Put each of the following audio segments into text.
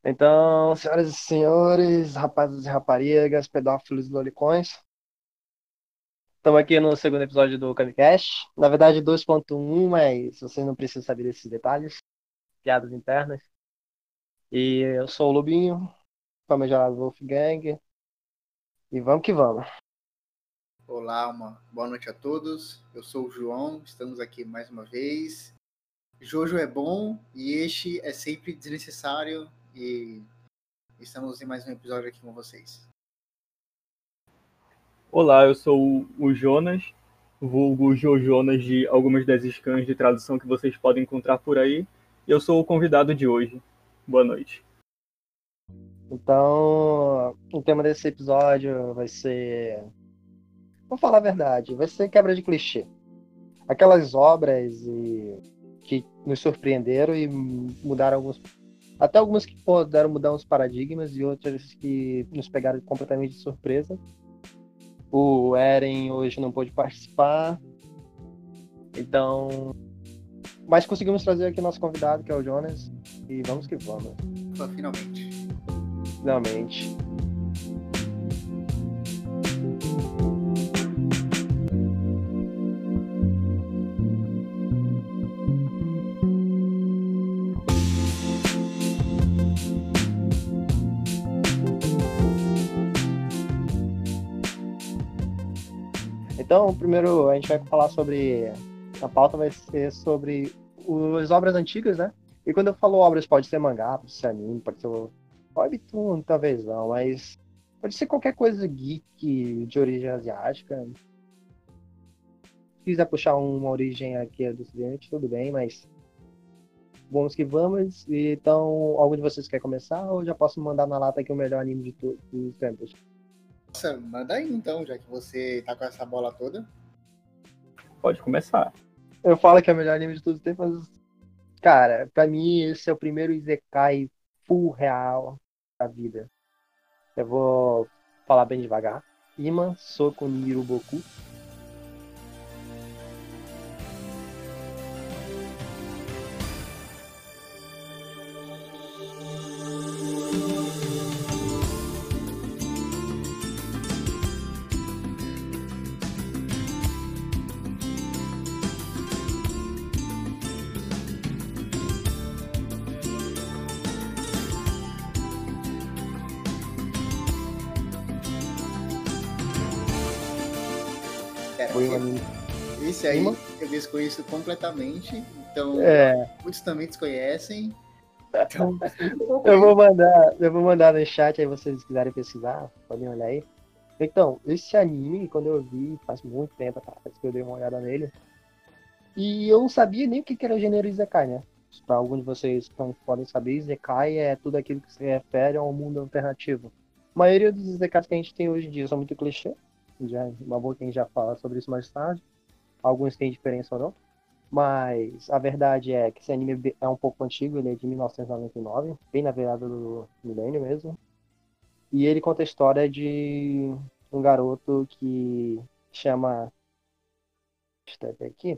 Então, senhoras e senhores, rapazes e raparigas, pedófilos e lolicões, estamos aqui no segundo episódio do Camicast. Na verdade, 2.1, mas vocês não precisam saber desses detalhes, piadas internas. E eu sou o Lobinho, famigerado Wolfgang, e vamos que vamos. Olá, uma boa noite a todos. Eu sou o João, estamos aqui mais uma vez. Jojo é bom e este é sempre desnecessário e estamos em mais um episódio aqui com vocês. Olá, eu sou o Jonas, vulgo Jojonas de algumas das scans de tradução que vocês podem encontrar por aí. E eu sou o convidado de hoje. Boa noite. Então, o tema desse episódio vai ser... Vou falar a verdade, vai ser quebra de clichê. Aquelas obras que nos surpreenderam e mudaram alguns. Até algumas que puderam mudar uns paradigmas e outras que nos pegaram completamente de surpresa. O Eren hoje não pôde participar, então. Mas conseguimos trazer aqui nosso convidado, que é o Jonas, e vamos que vamos, Finalmente. finalmente. Então, primeiro a gente vai falar sobre. A pauta vai ser sobre as obras antigas, né? E quando eu falo obras, pode ser mangá, pode ser anime, pode ser webtoon, talvez não, mas pode ser qualquer coisa geek de origem asiática. Se quiser puxar uma origem aqui do Ocidente, tudo bem, mas vamos que vamos. Então, algum de vocês quer começar ou já posso mandar na lata aqui o melhor anime de todos os tempos? Nossa, manda aí então, já que você tá com essa bola toda. Pode começar. Eu falo que é o melhor anime de todos os tempos, mas, cara, pra mim esse é o primeiro Isekai full real da vida. Eu vou falar bem devagar. Ima Soku Niru Boku. Pera, Foi um anime. esse aí Ima? eu desconheço completamente, então É, muitos também desconhecem. Então, explica um pouco eu aí. eu vou mandar no chat aí vocês quiserem pesquisar, podem olhar aí. Então, esse anime, quando eu vi, faz muito tempo atrás que eu dei uma olhada nele, e eu não sabia nem o que era o gênero Isekai, né? Para algum de vocês que não podem saber, Isekai é tudo aquilo que se refere a um mundo alternativo. A maioria dos Isekais que a gente tem hoje em dia são muito clichê, já, uma boa quem já fala sobre isso mais tarde. Alguns têm diferença ou não. Mas a verdade é que esse anime é um pouco antigo, ele é de 1999, bem na virada do milênio mesmo. E ele conta a história de um garoto que chama. Deixa eu ver aqui.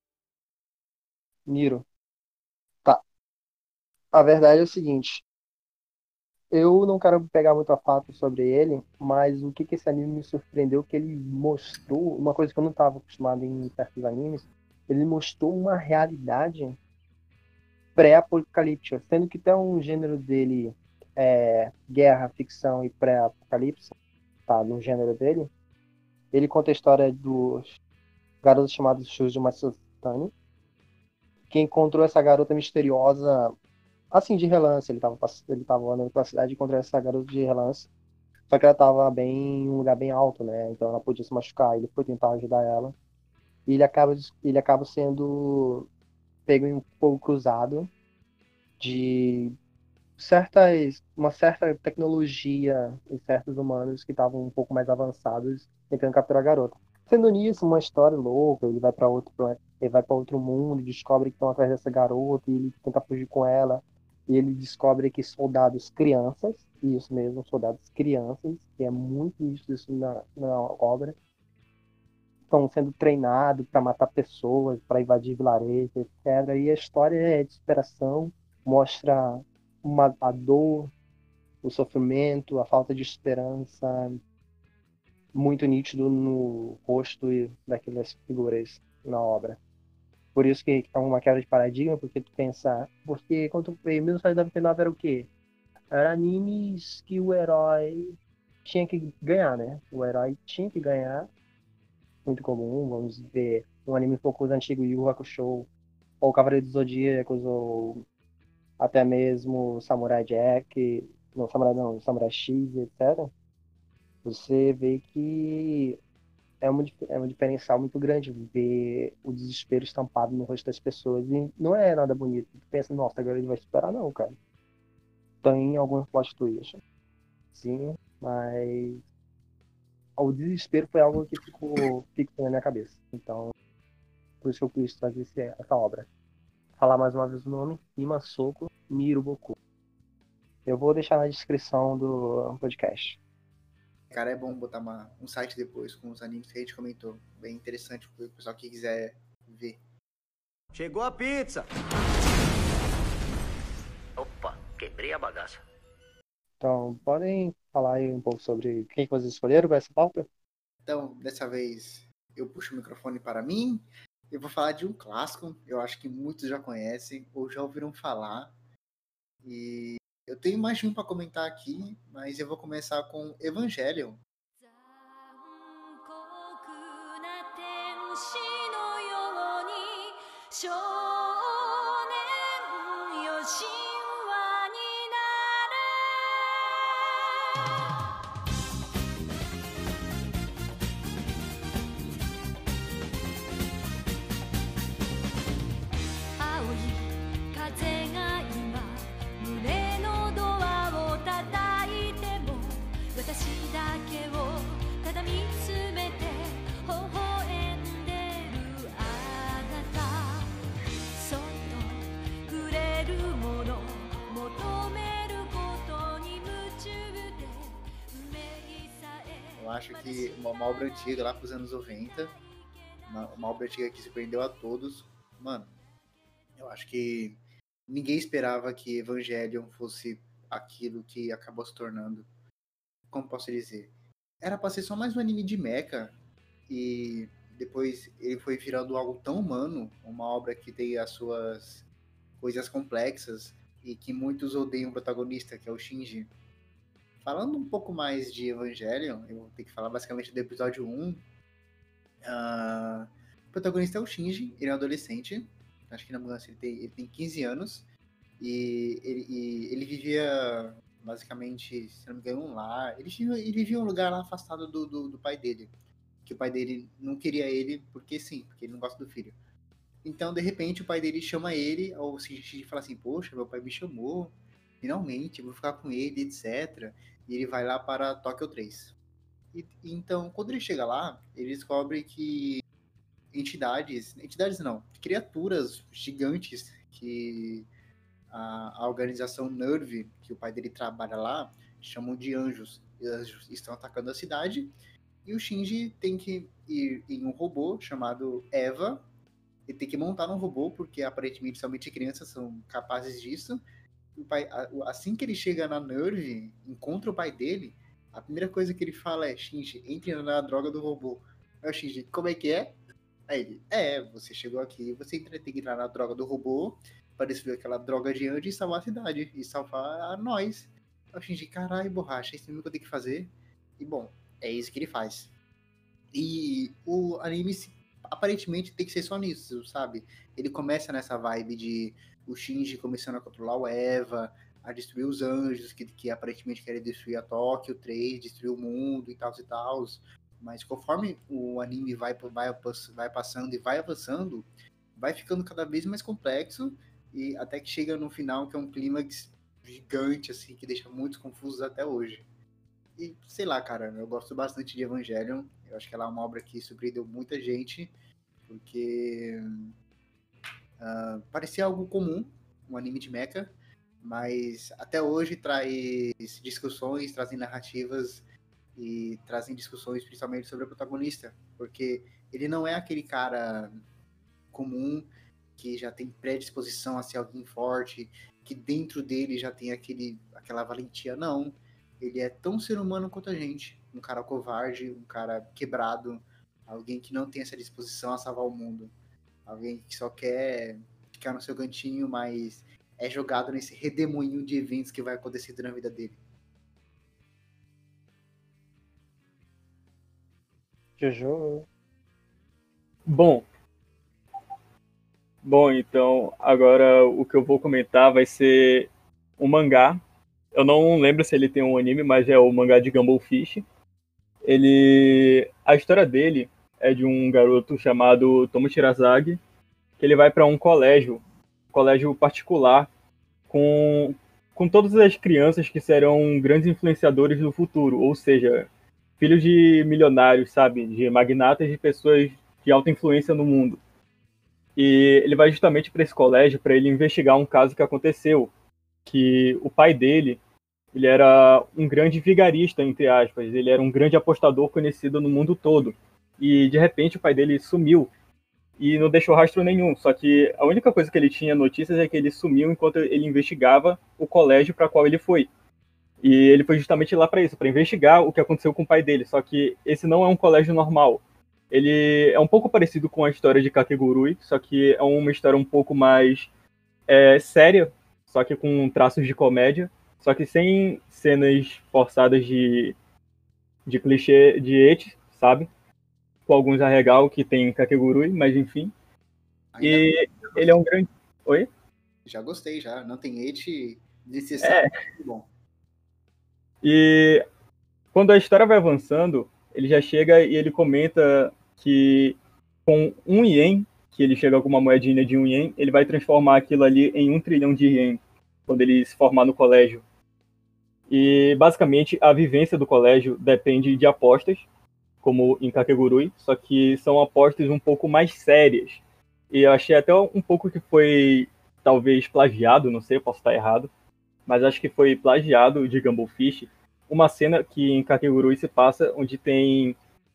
Niro. Tá. A verdade é o seguinte. Eu não quero pegar muito a fato sobre ele, mas o que que esse anime me surpreendeu, que ele mostrou uma coisa que eu não estava acostumado em certos animes. Ele mostrou uma realidade pré-apocalíptica, sendo que tem um gênero dele guerra, ficção e pré-apocalipse, tá, no gênero dele. Ele conta a história dos garotos chamados Shujo Matsutani, que encontrou essa garota misteriosa, assim, de relance. Ele tava andando pela cidade e encontrou essa garota de relance, só que ela tava bem, em um lugar bem alto, né? Então ela podia se machucar. Ele foi tentar ajudar ela. E ele acaba sendo pego em um fogo cruzado de uma certa tecnologia em certos humanos que estavam um pouco mais avançados tentando capturar a garota. Sendo nisso, uma história louca, ele vai para outro mundo, descobre que estão atrás dessa garota e ele tenta fugir com ela. E ele descobre que soldados crianças, isso mesmo, soldados crianças, que é muito isso na obra, estão sendo treinados para matar pessoas, para invadir vilarejos, etc. E a história é de superação, mostra a dor, o sofrimento, a falta de esperança muito nítido no rosto daquelas figuras na obra. Por isso que é uma quebra de paradigma, porque tu pensa, porque quando tu vê 1999 era o quê? Era animes que o herói tinha que ganhar, né? O herói tinha que ganhar, muito comum, vamos ver um anime um pouco antigo, Yu Yu Hakusho, ou Cavaleiro dos Zodíacos, ou até mesmo Samurai Jack, não, Samurai X, etc. Você vê que é um diferencial muito grande ver o desespero estampado no rosto das pessoas. E não é nada bonito. Tu pensa, nossa, agora ele vai superar, não, cara. Tem alguns plot twists, sim, mas o desespero foi algo que ficou fixo na minha cabeça. Então, por isso que eu quis trazer essa obra. Falar mais uma vez o nome, Imasoko Miruboku. Eu vou deixar na descrição do podcast. Cara, é bom botar um site depois com os animes que a gente comentou. Bem interessante pro pessoal que quiser ver. Chegou a pizza! Opa, quebrei a bagaça. Então, podem falar aí um pouco sobre quem que vocês escolheram para essa pauta? Então, dessa vez, eu puxo o microfone para mim. Eu vou falar de um clássico. Eu acho que muitos já conhecem ou já ouviram falar. E eu tenho mais de um para comentar aqui, mas eu vou começar com Evangelion. Eu acho que uma obra antiga, lá pros anos 90, uma obra antiga que surpreendeu a todos. Mano, eu acho que ninguém esperava que Evangelion fosse aquilo que acabou se tornando. Como posso dizer? Era pra ser só mais um anime de mecha, e depois ele foi virando algo tão humano, uma obra que tem as suas coisas complexas e que muitos odeiam o protagonista, que é o Shinji. Falando um pouco mais de Evangelion, eu vou ter que falar basicamente do episódio 1. O protagonista é o Shinji, ele é um adolescente, acho que na mudança ele tem 15 anos, e ele vivia basicamente, se não me engano, um lar. Ele vivia em um lugar lá afastado do pai dele, que o pai dele não queria ele, porque sim, porque ele não gosta do filho. Então, de repente, o pai dele chama ele, ou Shinji fala assim, poxa, meu pai me chamou, finalmente, eu vou ficar com ele, etc. E ele vai lá para Tóquio 3. Então, quando ele chega lá, ele descobre que entidades não, criaturas gigantes que a organização NERV, que o pai dele trabalha lá, chamam de anjos. E os anjos estão atacando a cidade, e o Shinji tem que ir em um robô chamado Eva. Ele tem que montar num robô, porque aparentemente somente crianças são capazes disso. Assim que ele chega na NERV, encontra o pai dele, a primeira coisa que ele fala é: Shinji, entre na droga do robô. Aí o Shinji, como é que é? Aí ele, você chegou aqui, você tem que entrar na droga do robô para destruir aquela droga de anjo e salvar a cidade, e salvar a nós. Aí o Shinji, caralho, borracha, é isso mesmo que eu tenho que fazer? E bom, é isso que ele faz. E o anime aparentemente tem que ser só nisso, sabe? Ele começa nessa vibe de o Shinji começando a controlar o Eva, a destruir os anjos, que aparentemente querem destruir a Tóquio 3, destruir o mundo e tal e tal. Mas conforme o anime vai passando e vai avançando, vai ficando cada vez mais complexo, e até que chega no final, que é um clímax gigante, assim, que deixa muitos confusos até hoje. E sei lá, cara, eu gosto bastante de Evangelion. Eu acho que ela é uma obra que surpreendeu muita gente, porque parecia algo comum, um anime de mecha, mas até hoje traz discussões, trazem narrativas e trazem discussões principalmente sobre o protagonista, porque ele não é aquele cara comum que já tem predisposição a ser alguém forte, que dentro dele já tem aquela valentia. Não. Ele é tão ser humano quanto a gente. Um cara covarde, um cara quebrado, alguém que não tem essa disposição a salvar o mundo. Alguém que só quer ficar no seu cantinho, mas é jogado nesse redemoinho de eventos que vai acontecendo na vida dele. Jojo. Bom, então agora o que eu vou comentar vai ser um mangá. Eu não lembro se ele tem um anime, mas é o mangá de Gumball Fish. A história dele é de um garoto chamado Tomo Shirazaki, que ele vai para um colégio particular com todas as crianças que serão grandes influenciadores no futuro, ou seja, filhos de milionários, sabe, de magnatas, de pessoas de alta influência no mundo. E ele vai justamente para esse colégio para ele investigar um caso que aconteceu, que o pai dele, ele era um grande vigarista, entre aspas, ele era um grande apostador conhecido no mundo todo. E de repente o pai dele sumiu e não deixou rastro nenhum. Só que a única coisa que ele tinha notícias é que ele sumiu enquanto ele investigava o colégio para qual ele foi. E ele foi justamente lá para isso, para investigar o que aconteceu com o pai dele. Só que esse não é um colégio normal. Ele é um pouco parecido com a história de Kakegurui, só que é uma história um pouco mais séria, só que com traços de comédia, só que sem cenas forçadas de clichê de ecchi, sabe? Com alguns arregal que tem em Kakegurui, mas enfim. E ele é um grande... Oi? Já gostei, já. Não tem ecchi necessário. Muito bom. E quando a história vai avançando, ele já chega e ele comenta que com 1 ien, que ele chega com uma moedinha de 1 ien, ele vai transformar aquilo ali em 1 trilhão de ien, quando ele se formar no colégio. E basicamente a vivência do colégio depende de apostas, como em Kakegurui, só que são apostas um pouco mais sérias. E eu achei até um pouco que foi talvez plagiado, não sei, eu posso estar errado, mas acho que foi plagiado de Gumball Fish, uma cena que em Kakegurui se passa, onde tem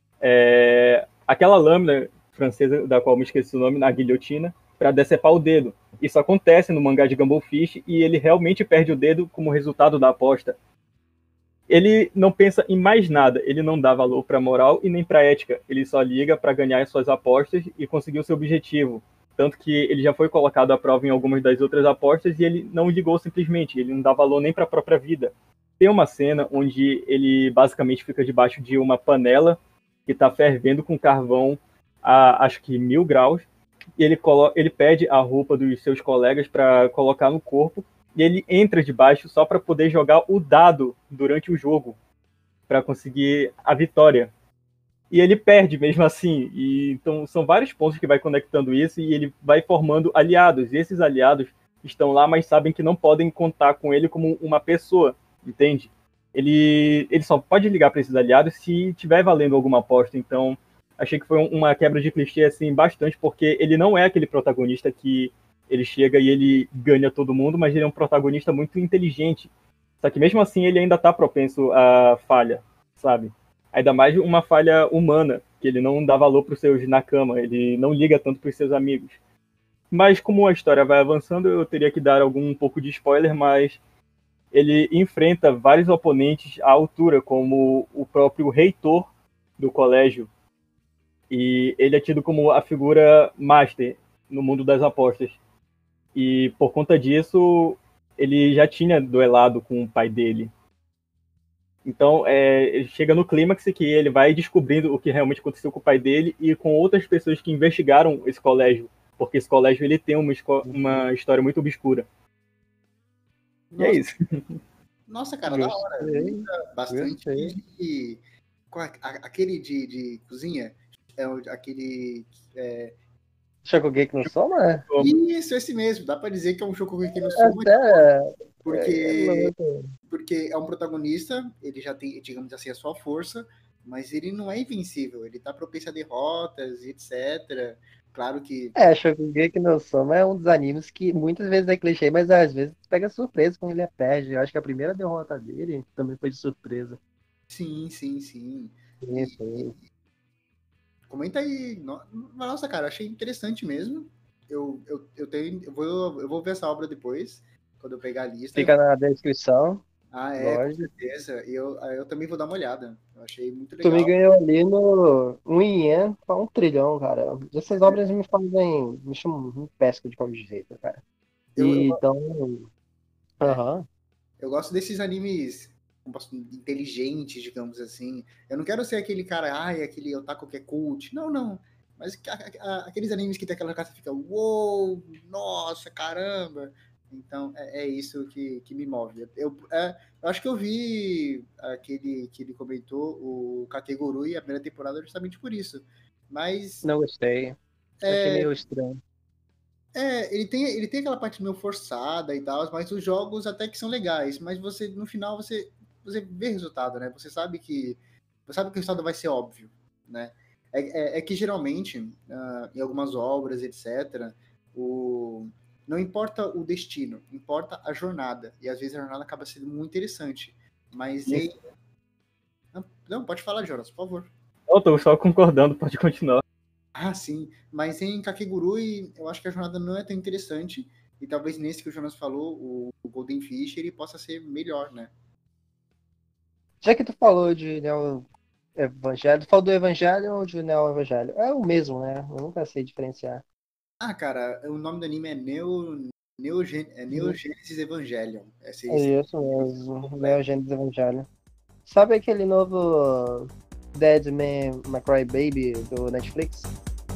aquela lâmina francesa, da qual me esqueci o nome, na guilhotina, para decepar o dedo. Isso acontece no mangá de Gumball Fish e ele realmente perde o dedo como resultado da aposta. Ele não pensa em mais nada, ele não dá valor para moral e nem para ética, ele só liga para ganhar as suas apostas e conseguir o seu objetivo. Tanto que ele já foi colocado à prova em algumas das outras apostas e ele não ligou simplesmente, ele não dá valor nem para a própria vida. Tem uma cena onde ele basicamente fica debaixo de uma panela que está fervendo com carvão a acho que 1000 graus, e ele pede a roupa dos seus colegas para colocar no corpo, e ele entra debaixo só para poder jogar o dado durante o jogo, para conseguir a vitória. E ele perde mesmo assim. E então são vários pontos que vai conectando isso e ele vai formando aliados. E esses aliados estão lá, mas sabem que não podem contar com ele como uma pessoa, entende? Ele só pode ligar para esses aliados se tiver valendo alguma aposta. Então achei que foi uma quebra de clichê assim bastante, porque ele não é aquele protagonista que ele chega e ele ganha todo mundo, mas ele é um protagonista muito inteligente. Só que mesmo assim ele ainda está propenso à falha, sabe? Ainda mais uma falha humana, que ele não dá valor para os seus nakama, ele não liga tanto para os seus amigos. Mas como a história vai avançando, eu teria que dar um pouco de spoiler, mas ele enfrenta vários oponentes à altura, como o próprio reitor do colégio. E ele é tido como a figura master no mundo das apostas. E por conta disso, ele já tinha duelado com o pai dele. Então, ele chega no clímax que ele vai descobrindo o que realmente aconteceu com o pai dele e com outras pessoas que investigaram esse colégio, porque esse colégio ele tem uma história muito obscura. Nossa. E é isso. Nossa, cara, da hora. Lembra bastante de... Aquele de cozinha, aquele... Shokugeki no Soma? Isso, esse mesmo. Dá pra dizer que é um Shokugeki no Soma. Porque é um protagonista, ele já tem, digamos assim, a sua força, mas ele não é invencível, ele tá propenso a derrotas, etc. Claro que... Shokugeki no Soma é um dos animes que muitas vezes é clichê, mas às vezes pega surpresa quando ele perde. Eu acho que a primeira derrota dele também foi de surpresa. Sim. Sim. Comenta aí. Nossa, cara, achei interessante mesmo. Eu vou ver essa obra depois. quando eu pegar a lista. Fica na descrição. Ah, com Lógico. certeza. E eu também vou dar uma olhada. Eu achei muito Tu me legal. ganhou ali no 1 ien pra 1 trilhão, cara. Essas obras me fazem. Me chamam me pesca de qualquer jeito, cara. Eu, eu, E então. Aham. eu gosto desses animes como posso dizer, inteligentes, digamos assim. Eu não quero ser aquele cara, ai, aquele otaku que é cult. Não, não. Mas aqueles animes que tem aquela cara que fica, uou, nossa, caramba. Então, é isso que me move. Eu acho que eu vi aquele que ele comentou, o Kakegurui, a primeira temporada, justamente por isso. Mas Não gostei. Achei é, meio estranho. ele tem aquela parte meio forçada e tal, mas os jogos até que são legais, mas você, no final, você vê resultado, né? Você sabe que o resultado vai ser óbvio, né? É que geralmente, em algumas obras, etc., o, não importa o destino, importa a jornada. E às vezes a jornada acaba sendo muito interessante. Mas Isso. não, pode falar, Jonas, por favor. Eu tô só concordando, pode continuar. Ah, sim. Mas em Kakegurui, eu acho que a jornada não é tão interessante. E talvez nesse que o Jonas falou, o Golden Fish, ele possa ser melhor, né? Já que tu falou de Neo Evangelho, tu falou do Evangelho ou de Neo Evangelho? É o mesmo, né? Eu nunca sei diferenciar. Ah, cara, o nome do anime é Neo Genesis Evangelion. Esse É é isso mesmo, Neo completo. Genesis Evangelho. Sabe aquele novo Dead Man My Cry Baby do Netflix?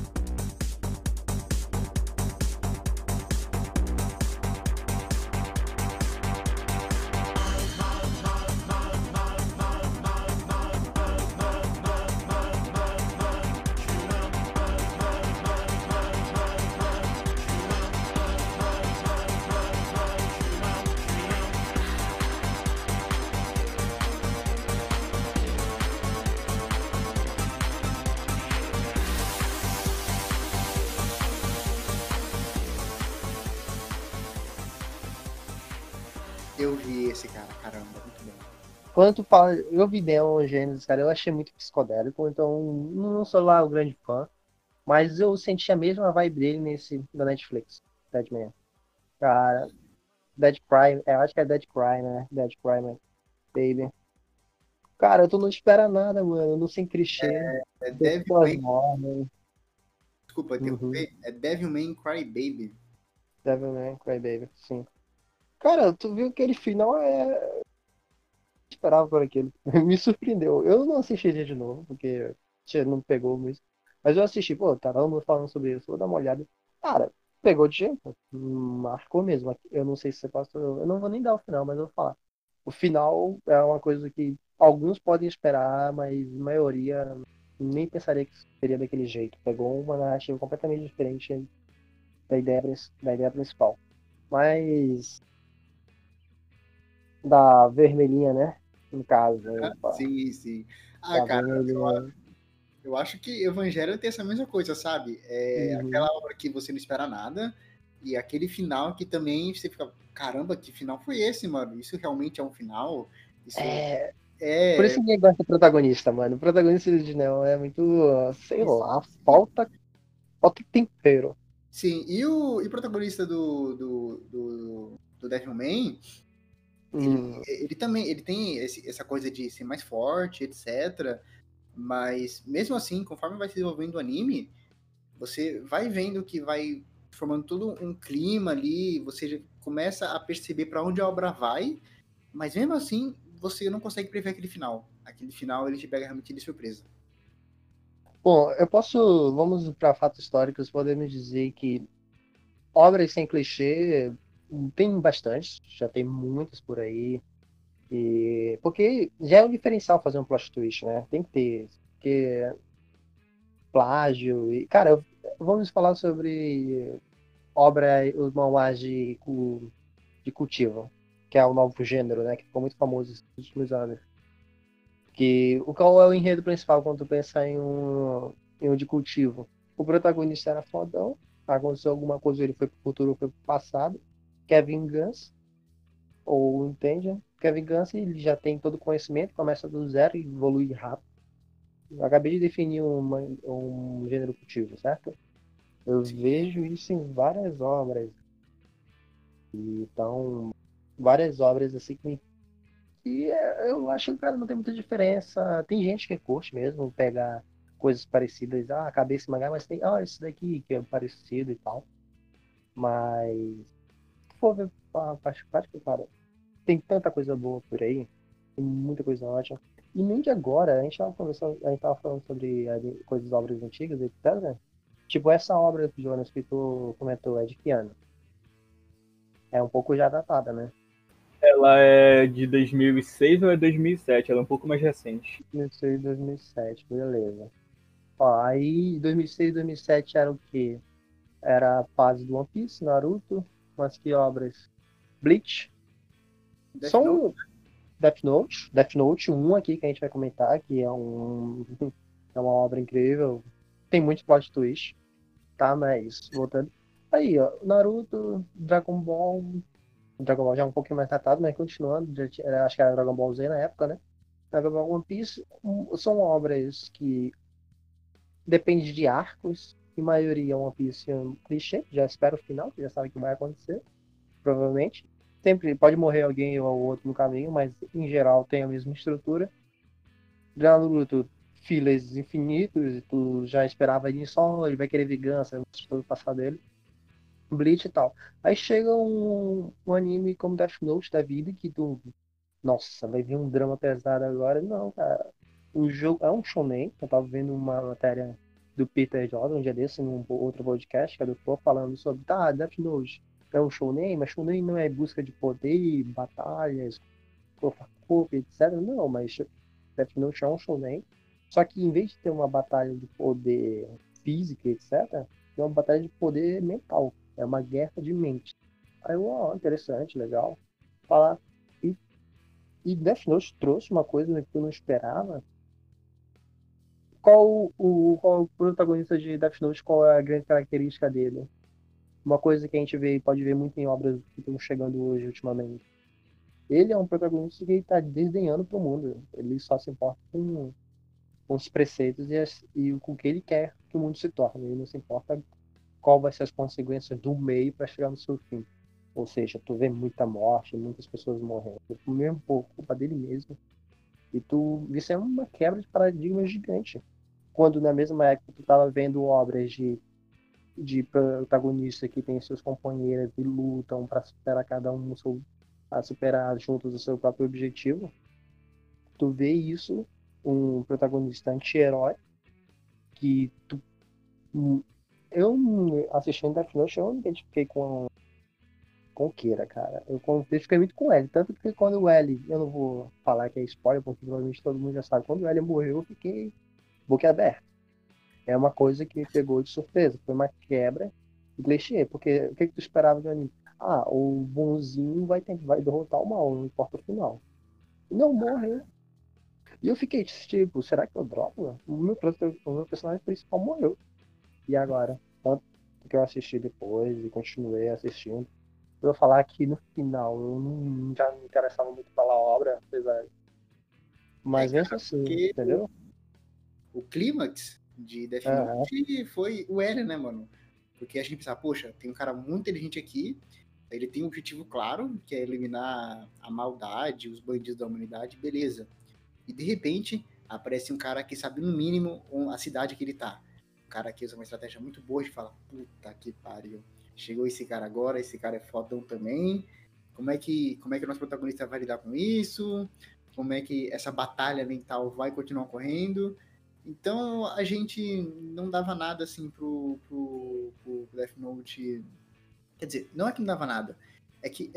Eu vi esse cara, caramba, muito bom. Quando tu fala, eu vi Neon Genesis, cara, eu achei muito psicodélico, então não sou lá o grande fã, mas eu senti a mesma vibe dele nesse da Netflix, Deadman. Cara, Dead Cry, eu acho que é Dead Cry, né? Dead Cry, man, Baby. Cara, tu não espera nada, mano, não sem clichê, É pessoas Devilman, morrem. desculpa Uhum. interromper, é Devilman Crybaby. Devilman Cry Baby, sim. Cara, tu viu que aquele final esperava por aquilo. Me surpreendeu. Eu não assistiria de novo, porque não pegou muito. Mas eu assisti, pô, tá todo mundo falando sobre isso, vou dar uma olhada. Cara, pegou de jeito. Marcou mesmo. Eu não sei se você passou. Eu não vou nem dar o final, mas eu vou falar. O final é uma coisa que alguns podem esperar, mas a maioria nem pensaria que seria daquele jeito. Pegou uma narrativa completamente diferente da ideia principal. Mas da vermelhinha, né? No caso, opa, Sim, sim. Ah, da cara, vermelhinha. eu acho que Evangelho tem essa mesma coisa, sabe? É Uhum. aquela obra que você não espera nada e aquele final que também você fica, caramba, que final foi esse, mano? Isso realmente é um final? Isso É, por isso é. que ninguém gosta do protagonista, mano. O protagonista de Neo é muito, sei lá, falta tempero. Sim, e o protagonista do Devilman, ele, Hum, ele também ele tem essa coisa de ser mais forte, etc. Mas mesmo assim, conforme vai se desenvolvendo o anime, você vai vendo que vai formando todo um clima ali, você já começa a perceber para onde a obra vai, mas mesmo assim, você não consegue prever aquele final. Aquele final ele te pega realmente de surpresa. Bom, vamos para fatos históricos, podemos dizer que obras sem clichê tem bastante, já tem muitas por aí. E porque já é um diferencial fazer um plot twist, né? Tem que ter, porque plágio e cara, vamos falar sobre obra, os manhwas de cultivo, que é o novo gênero, né? Que ficou muito famoso nos últimos anos. Que qual é o enredo principal quando tu pensa em um de cultivo? O protagonista era fodão, aconteceu alguma coisa, ele foi pro futuro, foi pro passado, quer vingança, ou entende? Quer vingança e ele já tem todo o conhecimento, começa do zero e evolui rápido. Eu acabei de definir um gênero cultivo, certo? Eu Sim. vejo isso em várias obras. Então, várias obras assim eu acho que, cara, não tem muita diferença. Tem gente que curte mesmo pegar coisas parecidas. Ah, acabei esse mangá, mas tem, esse daqui que é parecido e tal. Mas, se for ver a parte prática, cara, tem tanta coisa boa por aí. Tem muita coisa ótima. E nem de agora, a gente tava falando sobre coisas, obras antigas, etc. Tipo, essa obra, Jonas, que tu comentou, é de que ano? É um pouco já datada, né? Ela é de 2006 ou é 2007? Ela é um pouco mais recente. 2006, 2007, beleza. Ó, aí 2006, 2007 era o quê? Era a fase do One Piece, Naruto, mas que obras? Bleach, Death Note? são Death Note 1 aqui que a gente vai comentar, que é uma obra incrível. Tem muito plot twist, tá? Mas voltando. Aí, ó, Naruto, Dragon Ball já é um pouquinho mais datado, mas continuando, acho que era Dragon Ball Z na época, né? Dragon Ball, One Piece são obras que dependem de arcos, em maioria One Piece é um clichê, já espera o final, já sabe o que vai acontecer, provavelmente. Sempre pode morrer alguém ou outro no caminho, mas em geral tem a mesma estrutura. Já no Naruto, fillers infinitos, e tu já esperava ele só, ele vai querer vingança, todo o passado dele. Bleach e tal. Aí chega um anime como Death Note da vida, que tu, nossa, vai vir um drama pesado agora. Não, cara. O jogo é um shonen. Eu tava vendo uma matéria do Peter Jordan um dia desse, num outro podcast, que é do Flow, falando sobre, tá, Death Note é um shonen, mas shonen não é busca de poder, batalhas, corpo a corpo, etc. Não, mas Death Note é um shonen. Só que em vez de ter uma batalha de poder física, etc., tem uma batalha de poder mental. É uma guerra de mente. Aí, ó, interessante, legal. Falar. E, e Death Note trouxe uma coisa que eu não esperava. Qual o protagonista de Death Note, qual é a grande característica dele? Uma coisa que a gente pode ver muito em obras que estão chegando hoje, ultimamente. Ele é um protagonista que está desdenhando pro mundo. Ele só se importa com os preceitos e com o que ele quer que o mundo se torne. Ele não se importa qual vai ser as consequências do meio para chegar no seu fim. Ou seja, tu vê muita morte, muitas pessoas morrendo, mesmo por culpa dele mesmo. E isso é uma quebra de paradigma gigante. Quando na mesma época tu tava vendo obras de protagonista que tem seus companheiros e lutam para superar cada um a superar juntos o seu próprio objetivo, tu vê isso, um protagonista anti-herói que eu assistindo Death Note, eu me identifiquei com o Kira, cara. Eu identifiquei muito com o L. Tanto que quando o L, eu não vou falar que é spoiler, porque provavelmente todo mundo já sabe, quando o L morreu, eu fiquei boquiaberto. É uma coisa que me pegou de surpresa. Foi uma quebra de clichê. Porque o que tu esperava do anime? Ah, o bonzinho vai derrotar o mal, não importa o final. Não morreu. E eu fiquei tipo, será que eu dropo? O meu personagem principal morreu. E agora? Tanto que eu assisti depois e continuei assistindo. Eu vou falar que no final eu não já me interessava muito pela obra, apesar. É, Mas mesmo cara, assim, porque entendeu? o clímax de Death Aham. Note foi o Eren, né, mano? Porque a gente pensava, poxa, tem um cara muito inteligente aqui, ele tem um objetivo claro, que é eliminar a maldade, os bandidos da humanidade, beleza. E de repente aparece um cara que sabe no mínimo a cidade que ele tá. Um cara que usa uma estratégia muito boa de falar, puta que pariu. Chegou esse cara agora, esse cara é fodão também. Como é que o nosso protagonista vai lidar com isso? Como é que essa batalha mental vai continuar ocorrendo? Então a gente não dava nada assim pro Death Note. Quer dizer, não é que não dava nada. É que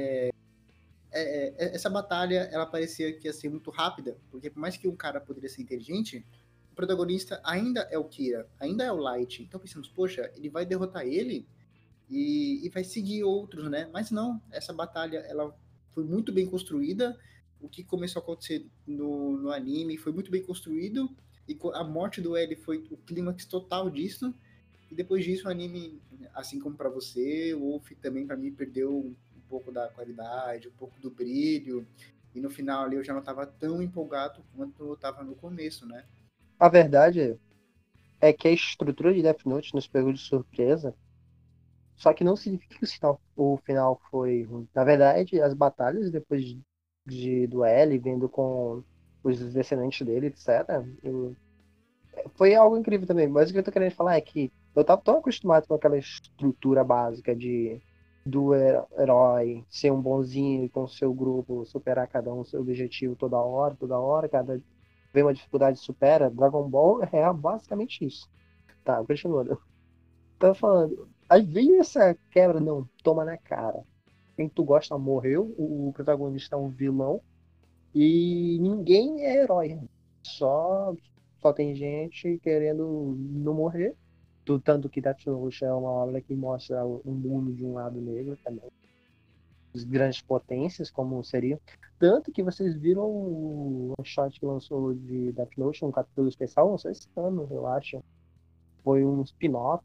essa batalha ela parecia que ia ser muito rápida, porque por mais que um cara poderia ser inteligente, o protagonista ainda é o Kira, ainda é o Light. Então pensamos, poxa, ele vai derrotar ele e vai seguir outros, né? Mas não, essa batalha ela foi muito bem construída. O que começou a acontecer no anime foi muito bem construído e a morte do L foi o clímax total disso. E depois disso o anime, assim como para você, o Wolf também para mim perdeu um pouco da qualidade, um pouco do brilho. E no final ali eu já não estava tão empolgado quanto eu estava no começo, né? A verdade é que a estrutura de Death Note nos pegou de surpresa. Só que não significa que o final foi ruim. Na verdade, as batalhas depois do L, vendo com os descendentes dele, etc., foi algo incrível também. Mas o que eu tô querendo falar é que eu tava tão acostumado com aquela estrutura básica do herói ser um bonzinho com o seu grupo, superar cada um seu objetivo toda hora, cada vem uma dificuldade supera. Dragon Ball é basicamente isso. Tá, continuando. Tô falando. Aí vem essa quebra, não, toma na cara. Quem tu gosta morreu, o protagonista é um vilão e ninguém é herói. Só, só tem gente querendo não morrer. Tanto que Death Note é uma obra que mostra o mundo de um lado negro também. As grandes potências, como seriam. Tanto que vocês viram o one shot que lançou de Death Note, um capítulo especial, lançou esse ano, eu acho. Foi um spin-off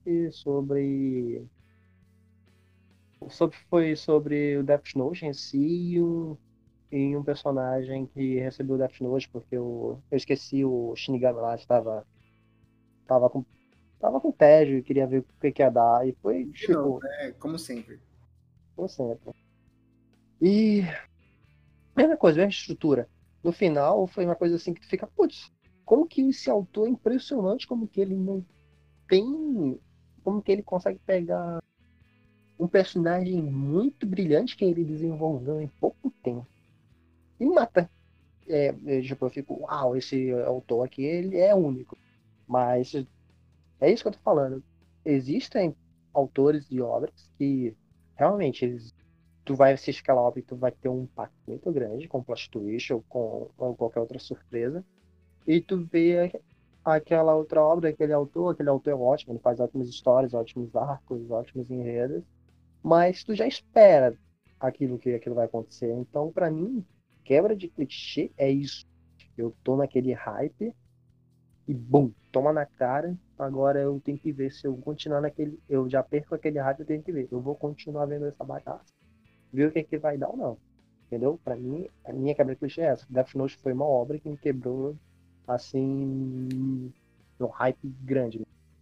foi sobre o Death Note em si e um personagem que recebeu o Death Note porque eu esqueci o Shinigami lá, tava com, tava com tédio e queria ver o que ia dar. E foi De novo, tipo, né? Como sempre. como sempre. E mesma coisa, mesma estrutura. No final foi uma coisa assim que tu fica, putz, como que esse autor é impressionante, como que ele não tem. Como que ele consegue pegar um personagem muito brilhante que ele desenvolveu em pouco tempo e mata. Tipo, eu fico, uau, esse autor aqui, ele é único. Mas é isso que eu tô falando. Existem autores de obras que realmente tu vai assistir aquela obra e tu vai ter um impacto muito grande com plot twist ou qualquer outra surpresa. E tu vê aquela outra obra, aquele autor é ótimo, ele faz ótimas histórias, ótimos arcos, ótimos enredos, mas tu já espera aquilo vai acontecer. Então, pra mim, quebra de clichê é isso. Eu tô naquele hype e bum, toma na cara. Agora eu tenho que ver se eu continuar naquele. Eu já perco aquele hype, eu tenho que ver. Eu vou continuar vendo essa bagaça, ver o que é que vai dar ou não. Entendeu? Pra mim, a minha quebra de clichê é essa. Death Note foi uma obra que me quebrou assim, no hype grande.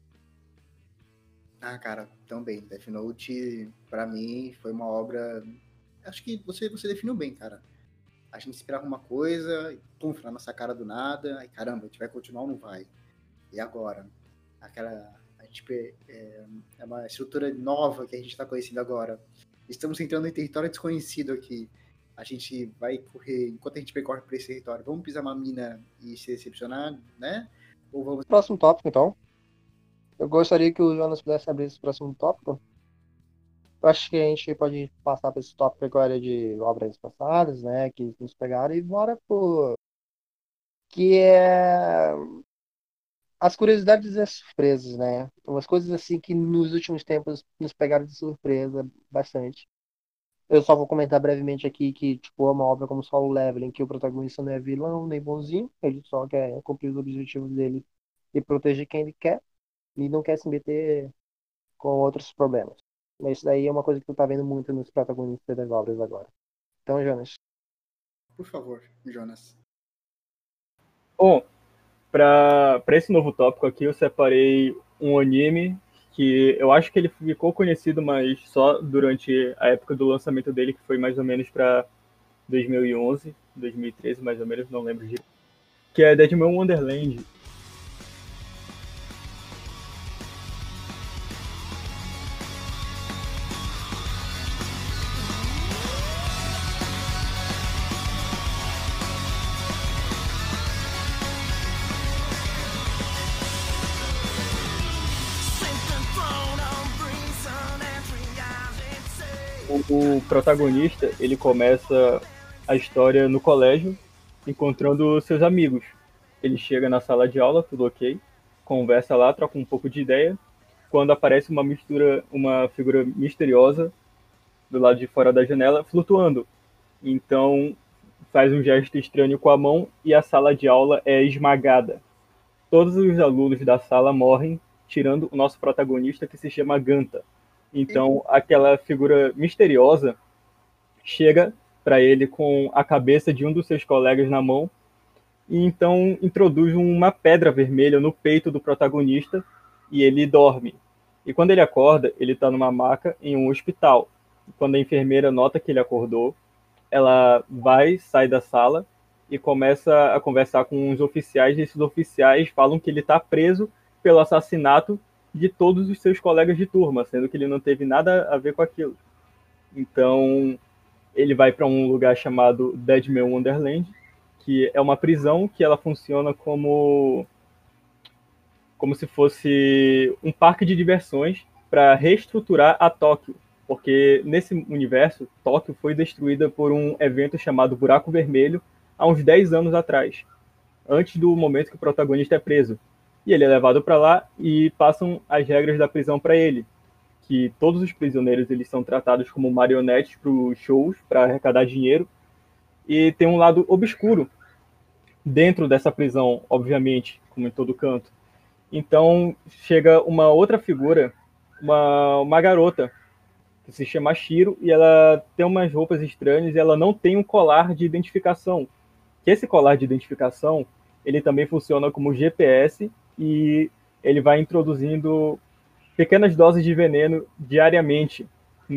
Ah, cara, também. Death Note, pra mim, foi uma obra. Acho que você definiu bem, cara. A gente esperava uma coisa, e pum, na nossa cara do nada, aí caramba, a gente vai continuar ou não vai? E agora? Aquela. A gente, é uma estrutura nova que a gente está conhecendo agora. Estamos entrando em território desconhecido aqui. A gente vai correr, enquanto a gente percorre por esse território, vamos pisar uma mina e se decepcionar, né? Ou vamos. Próximo tópico, então. Eu gostaria que o Jonas pudesse abrir esse próximo tópico. Eu acho que a gente pode passar para esse tópico agora de obras passadas, né, que nos pegaram, e bora pro que é as curiosidades e as surpresas, né? Umas coisas assim que nos últimos tempos nos pegaram de surpresa bastante. Eu só vou comentar brevemente aqui que, tipo, é uma obra como Solo Leveling, que o protagonista não é vilão nem bonzinho, ele só quer cumprir os objetivos dele e proteger quem ele quer, e não quer se meter com outros problemas. Mas isso daí é uma coisa que tu tá vendo muito nos protagonistas das obras agora. Então, Jonas. Por favor, Jonas. Bom, para esse novo tópico aqui, eu separei um anime que eu acho que ele ficou conhecido, mas só durante a época do lançamento dele, que foi mais ou menos para 2011, 2013, mais ou menos, não lembro direito, que é Deadman Wonderland. O protagonista, ele começa a história no colégio, encontrando seus amigos. Ele chega na sala de aula, tudo ok, conversa lá, troca um pouco de ideia, quando aparece uma figura misteriosa do lado de fora da janela, flutuando. Então, faz um gesto estranho com a mão e a sala de aula é esmagada. Todos os alunos da sala morrem, tirando o nosso protagonista, que se chama Ganta. Então, aquela figura misteriosa chega para ele com a cabeça de um dos seus colegas na mão e então introduz uma pedra vermelha no peito do protagonista e ele dorme. E quando ele acorda, ele está numa maca em um hospital. Quando a enfermeira nota que ele acordou, ela sai da sala e começa a conversar com uns oficiais, e esses oficiais falam que ele está preso pelo assassinato de todos os seus colegas de turma, sendo que ele não teve nada a ver com aquilo. Então, ele vai para um lugar chamado Deadman Wonderland, que é uma prisão que ela funciona como se fosse um parque de diversões para reestruturar a Tóquio, porque nesse universo, Tóquio foi destruída por um evento chamado Buraco Vermelho há uns 10 anos atrás, antes do momento que o protagonista é preso. E ele é levado para lá e passam as regras da prisão para ele, que todos os prisioneiros eles são tratados como marionetes para os shows, para arrecadar dinheiro, e tem um lado obscuro dentro dessa prisão, obviamente, como em todo canto. Então chega uma outra figura, uma garota, que se chama Shiro, e ela tem umas roupas estranhas e ela não tem um colar de identificação. Que esse colar de identificação, ele também funciona como GPS e ele vai introduzindo pequenas doses de veneno diariamente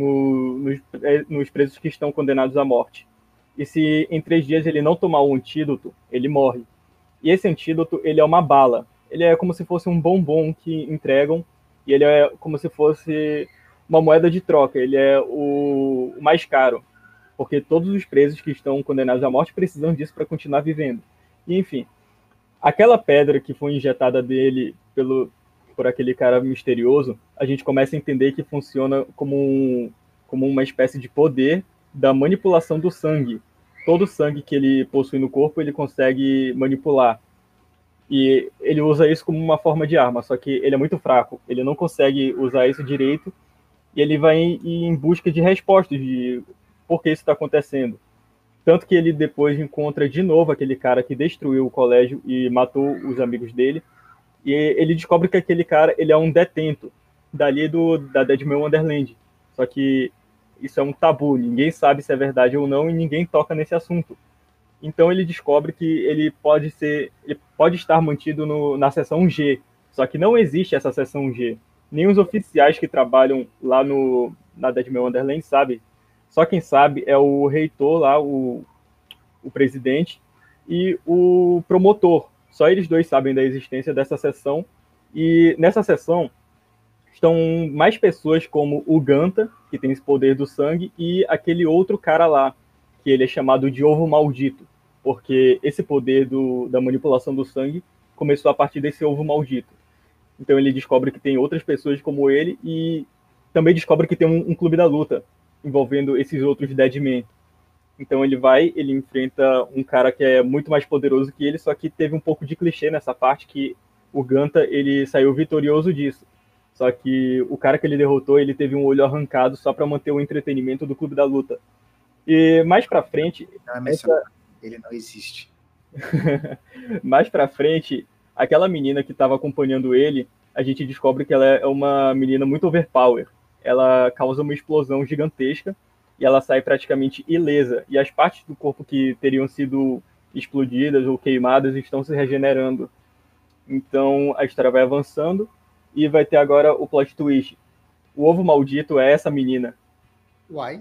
nos presos que estão condenados à morte. E se em 3 dias ele não tomar o antídoto, ele morre. E esse antídoto, ele é uma bala. Ele é como se fosse um bombom que entregam, e ele é como se fosse uma moeda de troca. Ele é o mais caro, porque todos os presos que estão condenados à morte precisam disso para continuar vivendo. E, enfim, aquela pedra que foi injetada dele por aquele cara misterioso, a gente começa a entender que funciona como uma espécie de poder da manipulação do sangue. Todo o sangue que ele possui no corpo, ele consegue manipular. E ele usa isso como uma forma de arma, só que ele é muito fraco. Ele não consegue usar isso direito e ele vai em busca de respostas de por que isso está acontecendo. Tanto que ele depois encontra de novo aquele cara que destruiu o colégio e matou os amigos dele. E ele descobre que aquele cara ele é um detento dali da Deadman Wonderland. Só que isso é um tabu, ninguém sabe se é verdade ou não e ninguém toca nesse assunto. Então ele descobre que ele pode estar mantido na seção G, só que não existe essa seção G. Nem os oficiais que trabalham lá na Deadman Wonderland sabem. Só quem sabe é o reitor lá, o presidente, e o promotor. Só eles dois sabem da existência dessa seção. E nessa seção estão mais pessoas como o Ganta, que tem esse poder do sangue, e aquele outro cara lá, que ele é chamado de ovo maldito, porque esse poder da manipulação do sangue começou a partir desse ovo maldito. Então ele descobre que tem outras pessoas como ele e também descobre que tem um clube da luta envolvendo esses outros Deadmen. Então ele enfrenta um cara que é muito mais poderoso que ele, só que teve um pouco de clichê nessa parte que o Ganta ele saiu vitorioso disso. Só que o cara que ele derrotou, ele teve um olho arrancado só para manter o entretenimento do clube da luta. E mais pra frente... Ele não existe. Mais pra frente, aquela menina que estava acompanhando ele, a gente descobre que ela é uma menina muito overpower. Ela causa uma explosão gigantesca e ela sai praticamente ilesa. E as partes do corpo que teriam sido explodidas ou queimadas estão se regenerando. Então a história vai avançando e vai ter agora o plot twist. O ovo maldito é essa menina. Uai?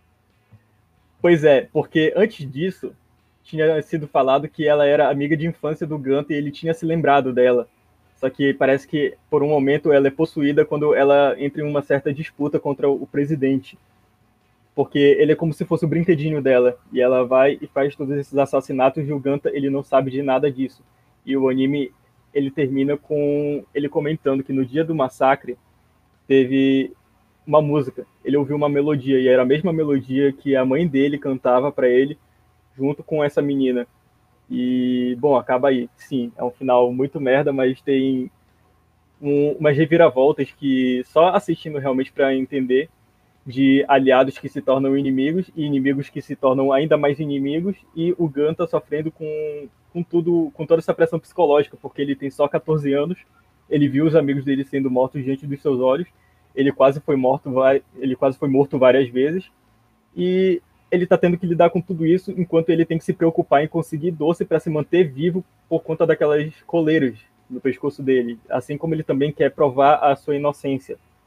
Pois é, porque antes disso tinha sido falado que ela era amiga de infância do Ganta e ele tinha se lembrado dela. Só que parece que por um momento ela é possuída quando ela entra em uma certa disputa contra o presidente. Porque ele é como se fosse o brinquedinho dela. E ela vai e faz todos esses assassinatos e o Ganta ele não sabe de nada disso. E o anime ele termina com ele comentando que no dia do massacre teve uma música. Ele ouviu uma melodia e era a mesma melodia que a mãe dele cantava para ele junto com essa menina. E, bom, acaba aí. Sim, é um final muito merda, mas tem umas reviravoltas que só assistindo realmente para entender, de aliados que se tornam inimigos e inimigos que se tornam ainda mais inimigos, e o Ganta sofrendo com toda essa pressão psicológica, porque ele tem só 14 anos, ele viu os amigos dele sendo mortos diante dos seus olhos, ele quase foi morto várias vezes, e ele está tendo que lidar com tudo isso enquanto ele tem que se preocupar em conseguir doce para se manter vivo por 'conta daquelas coleiras no pescoço dele, assim como ele também quer provar a sua inocência,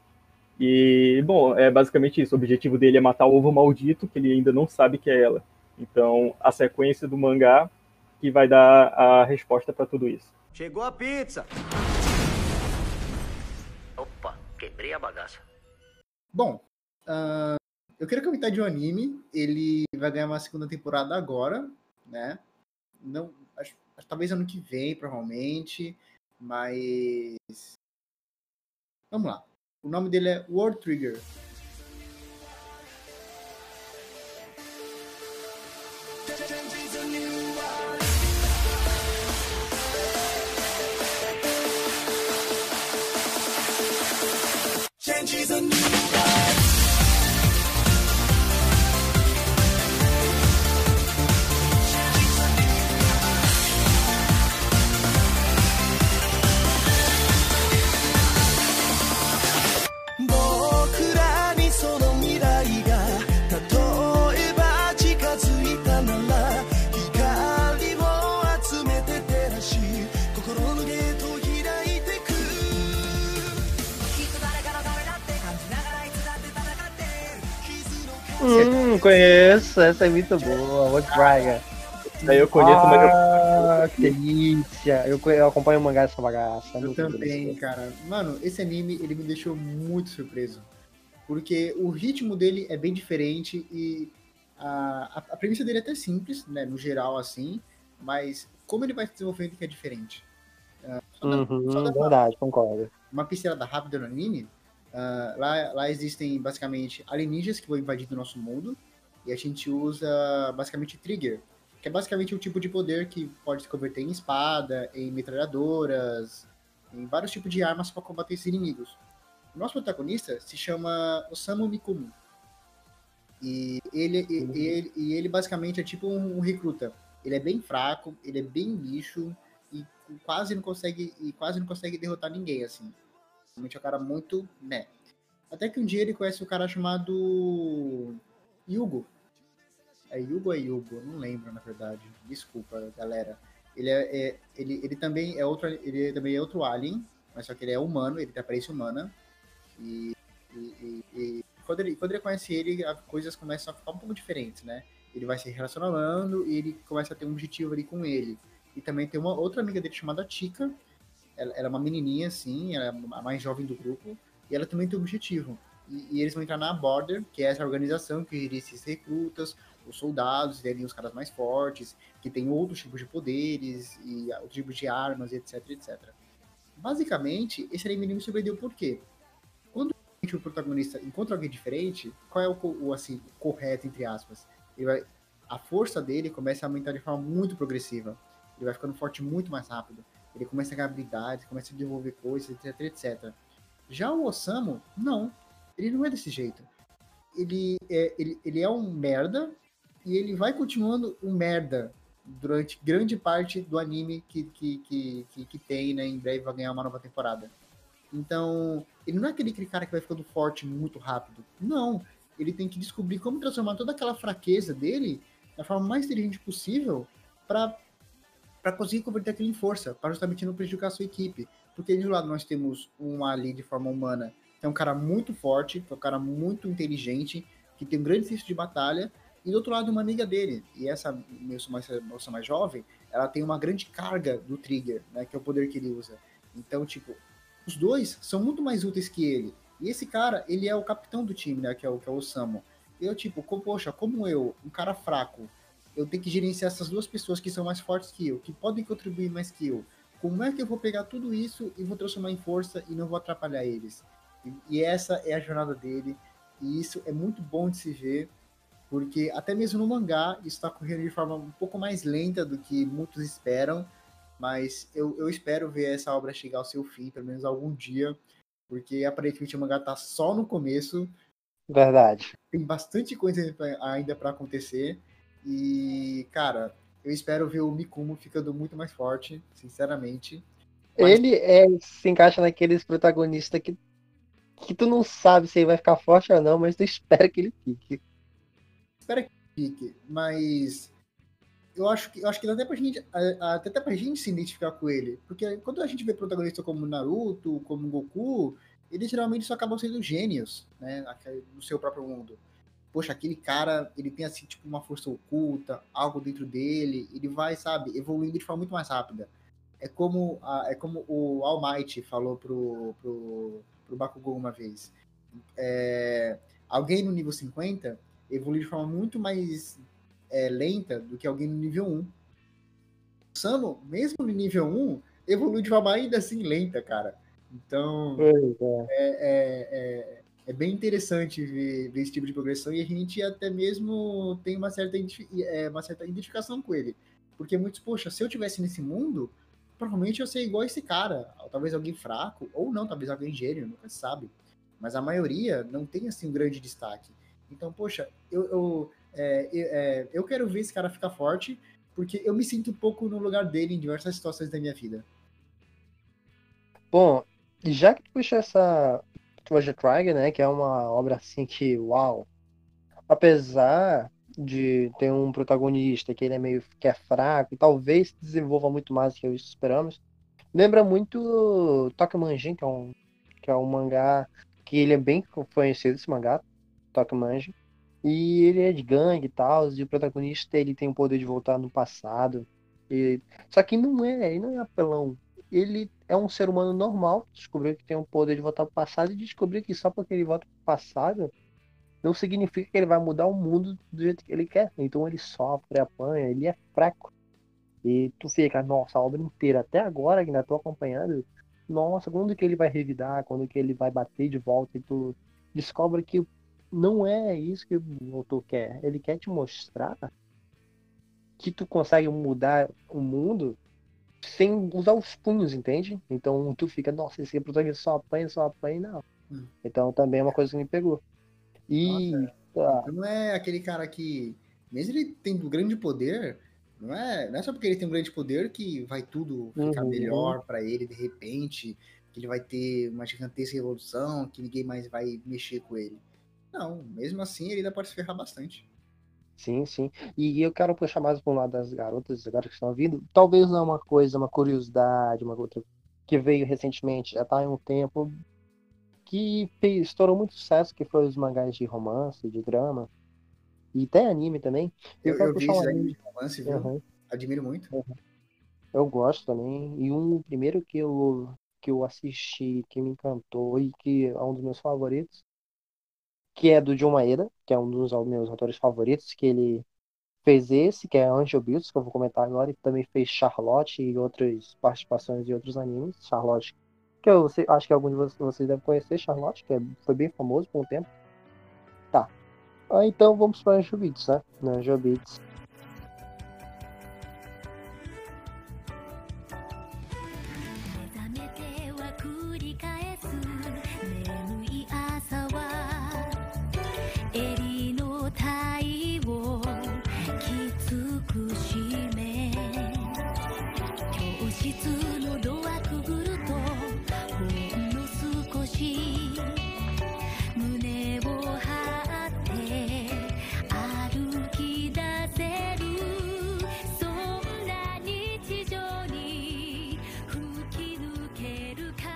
E, bom, é basicamente isso. O objetivo dele é matar o ovo maldito, que ele ainda não sabe que é ela. Então, a sequência do mangá que vai dar a resposta para tudo isso. Chegou a pizza! Opa, quebrei a bagaça. Bom, eu queria comentar de um anime. Ele vai ganhar uma segunda temporada agora, né? Não, acho talvez ano que vem, provavelmente. Mas vamos lá. O nome dele é World Trigger. Conheço, essa é muito boa, World Trigger. Daí eu conheço, mas que delícia. Eu acompanho o mangá dessa bagaça. Eu também, cara. Mano, esse anime, ele me deixou muito surpreso. Porque o ritmo dele é bem diferente e a premissa dele é até simples, né? No geral, assim. Mas como ele vai se desenvolvendo que é diferente. Verdade, concordo. Uma pincelada rápida no anime. Lá existem, basicamente, alienígenas que vão invadir o nosso mundo. E a gente usa, basicamente, Trigger. Que é basicamente um tipo de poder que pode se converter em espada, em metralhadoras, em vários tipos de armas para combater esses inimigos. O nosso protagonista se chama Osamu Mikumo. E ele basicamente é tipo um recruta. Ele é bem fraco, ele é bem lixo e quase não consegue derrotar ninguém, assim. Realmente é um cara muito, né. Até que um dia ele conhece um cara chamado Yugo. É Yugo ou é Yugo? Não lembro, na verdade. Desculpa, galera. Ele também é outro alien, mas só que ele é humano, ele tem aparência humana. E quando ele conhece ele, as coisas começam a ficar um pouco diferentes, né? Ele vai se relacionando e ele começa a ter um objetivo ali com ele. E também tem uma outra amiga dele chamada Chica. Ela é uma menininha, assim, ela é a mais jovem do grupo. E ela também tem um objetivo. E eles vão entrar na Border, que é essa organização que iria esses recrutas, os soldados, e ali os caras mais fortes, que tem outros tipos de poderes, e outros tipos de armas, etc, etc. Basicamente, esse anime me surpreendeu por quê? Quando o protagonista encontra alguém diferente, qual é o correto, entre aspas? A força dele começa a aumentar de forma muito progressiva. Ele vai ficando forte muito mais rápido. Ele começa a ganhar habilidades, começa a desenvolver coisas, etc, etc. Já o Osamu, não. Ele não é desse jeito. Ele é um merda e ele vai continuando um merda durante grande parte do anime que tem, né? Em breve vai ganhar uma nova temporada. Então, ele não é aquele cara que vai ficando forte muito rápido. Não. Ele tem que descobrir como transformar toda aquela fraqueza dele da forma mais inteligente possível para conseguir converter aquilo em força, para justamente não prejudicar a sua equipe. Porque de um lado nós temos um ali de forma humana, que é um cara muito forte, que é um cara muito inteligente, que tem um grande senso de batalha, e do outro lado uma amiga dele. E essa moça mais jovem, ela tem uma grande carga do Trigger, né, que é o poder que ele usa. Então, tipo, os dois são muito mais úteis que ele. E esse cara, ele é o capitão do time, né, que é o Osamu. E eu, tipo, poxa, como eu, um cara fraco, eu tenho que gerenciar essas duas pessoas que são mais fortes que eu, que podem contribuir mais que eu. Como é que eu vou pegar tudo isso e vou transformar em força e não vou atrapalhar eles? E essa é a jornada dele. E isso é muito bom de se ver, porque até mesmo no mangá isso está correndo de forma um pouco mais lenta do que muitos esperam. Mas eu espero ver essa obra chegar ao seu fim, pelo menos algum dia, porque aparentemente o mangá tá só no começo. Verdade. Tem bastante coisa ainda para acontecer. E, cara, eu espero ver o Mikumo ficando muito mais forte, sinceramente. Mas Ele se encaixa naqueles protagonistas que tu não sabe se ele vai ficar forte ou não, mas tu espera que ele fique. espera que fique. Mas eu acho que dá até pra gente se identificar com ele. Porque quando a gente vê protagonista como Naruto, como Goku, eles geralmente só acabam sendo gênios, né, no seu próprio mundo. Poxa, aquele cara, ele tem assim, tipo, uma força oculta, algo dentro dele, ele vai, sabe, evoluindo de forma muito mais rápida. É como o All Might falou pro Bakugou uma vez. Alguém no nível 50 evolui de forma muito mais lenta do que alguém no nível 1. O Samo, mesmo no nível 1, evolui de forma ainda assim lenta, cara. Então, Pois é. é bem interessante ver esse tipo de progressão e a gente até mesmo tem uma certa identificação com ele. Porque muitos, poxa, se eu tivesse nesse mundo, provavelmente eu seria igual a esse cara. Talvez alguém fraco, ou não, talvez alguém gênio, nunca se sabe. Mas a maioria não tem assim um grande destaque. Então, poxa, eu quero ver esse cara ficar forte, porque eu me sinto um pouco no lugar dele em diversas situações da minha vida. Bom, já que tu puxa essa Project Triangle, né, que é uma obra assim que, uau, apesar de ter um protagonista que ele é meio que é fraco e talvez se desenvolva muito mais do que esperamos, lembra muito Tokumanji, que é um mangá que ele é bem conhecido, esse mangá, Tokumanji, e ele é de gangue e tal, e o protagonista ele tem o poder de voltar no passado, e só que ele não é apelão. Ele é um ser humano normal, descobriu que tem o poder de voltar para o passado e descobriu que só porque ele volta para o passado não significa que ele vai mudar o mundo do jeito que ele quer. Então ele sofre, apanha, ele é fraco. E tu fica, nossa, a obra inteira, até agora que ainda tô acompanhando, nossa, quando que ele vai revidar, quando que ele vai bater de volta e tu descobre que não é isso que o autor quer. Ele quer te mostrar que tu consegue mudar o mundo sem usar os punhos, entende? Então tu fica, nossa, esse protagonista só apanha, não. Hum. Então também é uma coisa que me pegou. E Nossa, então não é aquele cara que, mesmo ele tendo grande poder, não é só porque ele tem um grande poder que vai tudo ficar uhum, melhor pra ele de repente, que ele vai ter uma gigantesca evolução, que ninguém mais vai mexer com ele. Não, mesmo assim ele ainda pode se ferrar bastante. sim, sim. E eu quero puxar mais para um lado das garotas agora que estão vindo. Talvez não é uma coisa, uma curiosidade, uma outra que veio recentemente, já está em um tempo, que estourou muito sucesso, que foi os mangás de romance, de drama, e tem anime também. E eu Eu, quero eu vi puxar um esses animes anime. de romance, viu? Uhum, Admiro muito. uhum. Eu gosto também. E um primeiro que eu assisti, que me encantou e que é um dos meus favoritos, que é do John Maeda, que é um dos meus autores favoritos, que ele fez esse, que é Angel Beats, que eu vou comentar agora, e também fez Charlotte e outras participações de outros animes. Charlotte, que acho que alguns de vocês devem conhecer, Charlotte, foi bem famoso por um tempo. Tá. Então vamos para Angel Beats, né? Angel Beats. 目覚めては繰り返す眠い朝は襟の体をきつく締め教室のドアくぐるとほんの少し胸を張って歩き出せるそんな日常に吹き抜ける風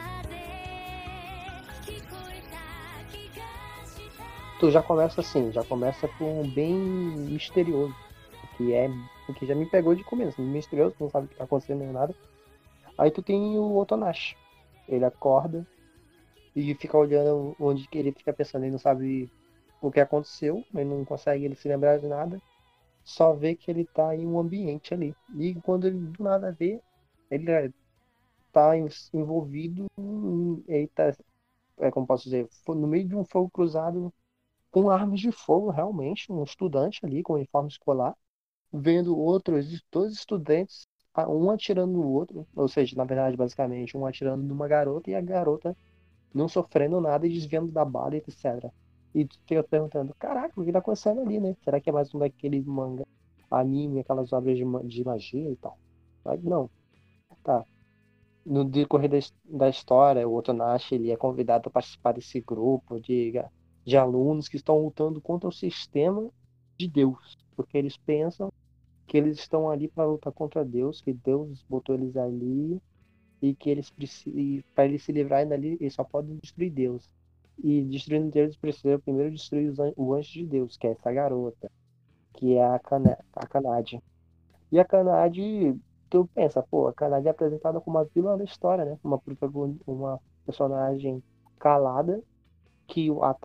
聞こえた気がした Tu já começa assim, já começa com um bem misterioso, o que já me pegou de começo, misterioso, não sabe o que tá acontecendo nem nada. Aí tu tem o Otonashi. Ele acorda e fica olhando onde que ele fica pensando, ele não sabe o que aconteceu, ele não consegue ele se lembrar de nada, só vê que ele tá em um ambiente ali. E quando ele do nada vê, ele tá envolvido, ele tá, como posso dizer, no meio de um fogo cruzado com armas de fogo, realmente, um estudante ali com uniforme escolar, vendo dois estudantes, um atirando no outro, ou seja, na verdade, basicamente, um atirando numa garota e a garota não sofrendo nada e desviando da bala, etc. E tu fica perguntando, caraca, o que tá acontecendo ali, né? Será que é mais um daquele manga, anime, aquelas obras de magia e tal? Mas não, tá. No decorrer da história, o Otonashi, ele é convidado a participar desse grupo de alunos que estão lutando contra o sistema de Deus, porque eles pensam que eles estão ali para lutar contra Deus, que Deus botou eles ali e que eles precisam, para eles se livrarem dali, eles só podem destruir Deus. E destruindo Deus, eles precisam primeiro destruir o anjo de Deus, que é essa garota, que é a Kanade. E a Kanade, tu pensa, pô, a Kanade é apresentada como uma vilã da história, né? Uma personagem calada que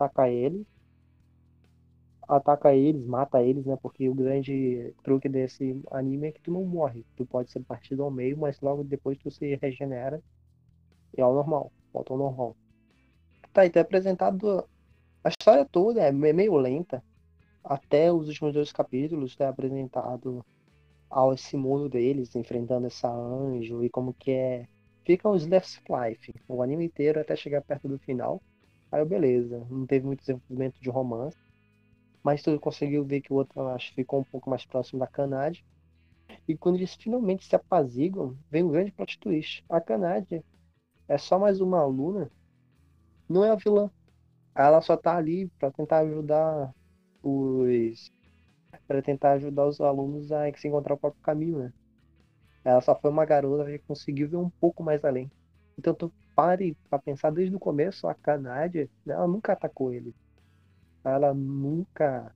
ataca eles, mata eles, né? Porque o grande truque desse anime é que tu não morre. Tu pode ser partido ao meio, mas logo depois tu se regenera e é ao normal, volta ao normal. Tá, então é apresentado. A história toda é meio lenta. Até os últimos 2 capítulos é apresentado ao esse mundo deles, enfrentando essa anjo e como que é. Fica um slice of life, o anime inteiro até chegar perto do final. Aí beleza, não teve muito desenvolvimento de romance, mas tu conseguiu ver que o outro acho, ficou um pouco mais próximo da Kanade. E quando eles finalmente se apaziguam, vem um grande plot twist. A Kanade é só mais uma aluna, não é a vilã. Ela só tá ali para tentar ajudar os os alunos a se encontrar o próprio caminho, né? Ela só foi uma garota que conseguiu ver um pouco mais além. Então tu pare pra pensar desde o começo, a Kanade, ela nunca atacou ele. Ela nunca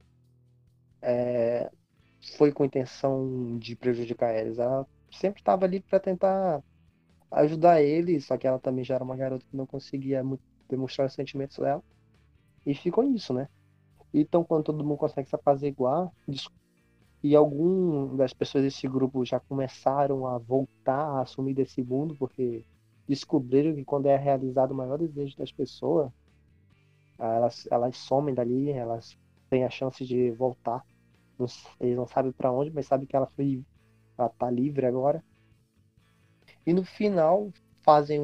foi com intenção de prejudicar eles. Ela sempre estava ali para tentar ajudar eles, só que ela também já era uma garota que não conseguia muito demonstrar os sentimentos dela. E ficou nisso, né? Então, quando todo mundo consegue se apaziguar, e algumas das pessoas desse grupo já começaram a voltar a assumir desse mundo, porque descobriram que quando é realizado o maior desejo das pessoas, elas somem dali, elas têm a chance de voltar. Eles não sabem para onde, mas sabem que ela tá livre agora. E no final fazem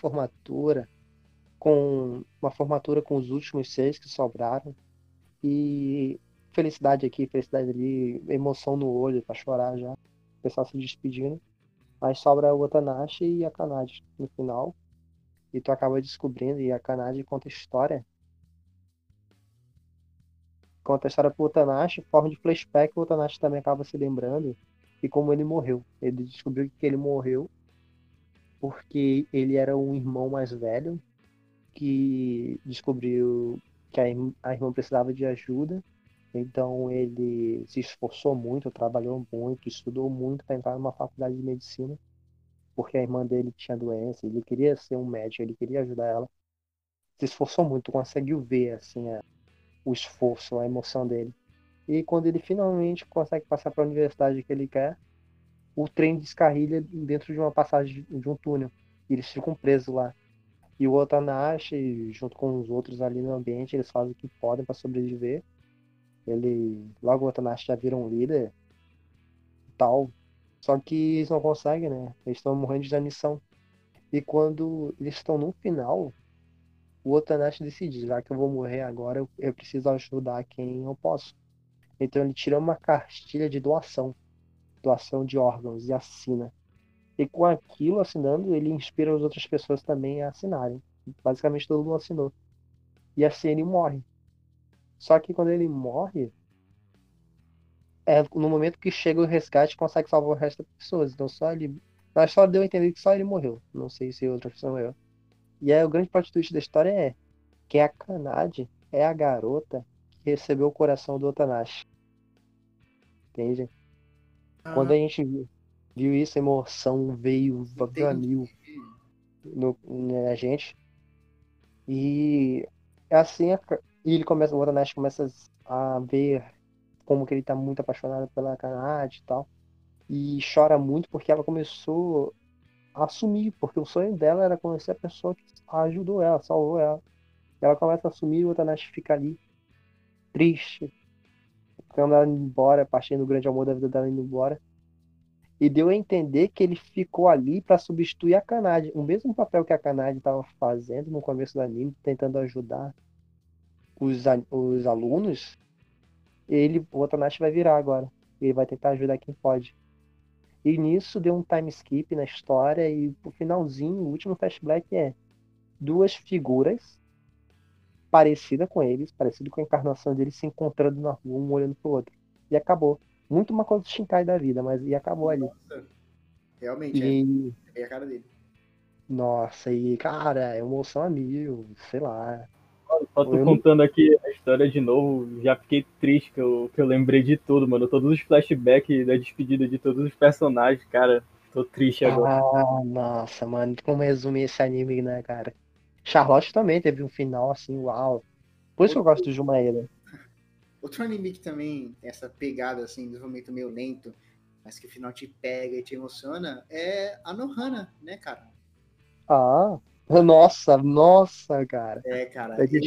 uma formatura com os últimos 6 que sobraram. E felicidade aqui, felicidade ali, emoção no olho pra chorar já. O pessoal se despedindo. Aí sobra o Otanashi e a Kanade no final. E tu acaba descobrindo, e a Kanade conta a história pro Otanashi, forma de flashback, o Otanashi também acaba se lembrando e como ele morreu. Ele descobriu que ele morreu porque ele era um irmão mais velho que descobriu que a irmã precisava de ajuda. Então ele se esforçou muito, trabalhou muito, estudou muito para entrar numa faculdade de medicina, porque a irmã dele tinha doença, ele queria ser um médico, ele queria ajudar ela. Se esforçou muito, conseguiu ver assim o esforço, a emoção dele. E quando ele finalmente consegue passar para a universidade que ele quer, o trem descarrilha dentro de uma passagem de um túnel. E eles ficam presos lá. E o Otanashi, junto com os outros ali no ambiente, eles fazem o que podem para sobreviver. Logo o Otanashi já vira um líder e tal. Só que eles não conseguem, né? Eles estão morrendo de inanição. E quando eles estão no final, o Otanashi decide, já que eu vou morrer agora, eu preciso ajudar quem eu posso. Então ele tira uma cartilha de doação de órgãos e assina. E com aquilo assinando, ele inspira as outras pessoas também a assinarem. Basicamente todo mundo assinou. E assim ele morre. Só que quando ele morre, é no momento que chega o resgate consegue salvar o resto das pessoas. Então só ele. Na história deu a entender que só ele morreu. Não sei se outra pessoa morreu. E aí o grande plot twist da história é que a Kanade é a garota que recebeu o coração do Otanashi. Entende? Quando Ah, a gente viu isso, a emoção veio a entendi. mil na gente. E é assim, e o Otanashi começa a ver como que ele tá muito apaixonado pela Kanade e tal. E chora muito porque ela começou a assumir, porque o sonho dela era conhecer a pessoa que ajudou ela, salvou ela. Ela começa a assumir e o Otanashi fica ali, triste, ficando ela indo embora, partindo do grande amor da vida dela indo embora. E deu a entender que ele ficou ali para substituir a Kanade. O mesmo papel que a Kanade estava fazendo no começo do anime, tentando ajudar os alunos, o Otanashi vai virar agora. Ele vai tentar ajudar quem pode. E nisso deu um time skip na história e pro finalzinho, o último flashback é 2 figuras parecidas com eles, parecido com a encarnação deles se encontrando na rua, um olhando pro outro. E acabou. Muito uma coisa Shinkai da vida, mas e acabou ali. Nossa, realmente, E é a cara dele. Nossa, e cara, é emoção a mil, sei lá. Só tô Eu não. contando aqui a história de novo, já fiquei triste que eu lembrei de tudo, mano. Todos os flashbacks da despedida de todos os personagens, cara. Tô triste agora. Ah, nossa, mano, como resumir esse anime, né, cara? Charlotte também teve um final assim, uau. Por isso que eu gosto Outro, do Jumaeda. outro anime que também tem essa pegada, assim, desenvolvimento meio lento, mas que o final te pega e te emociona, é a Nohana, né, cara? Ah, nossa, nossa, cara. É, cara, É de-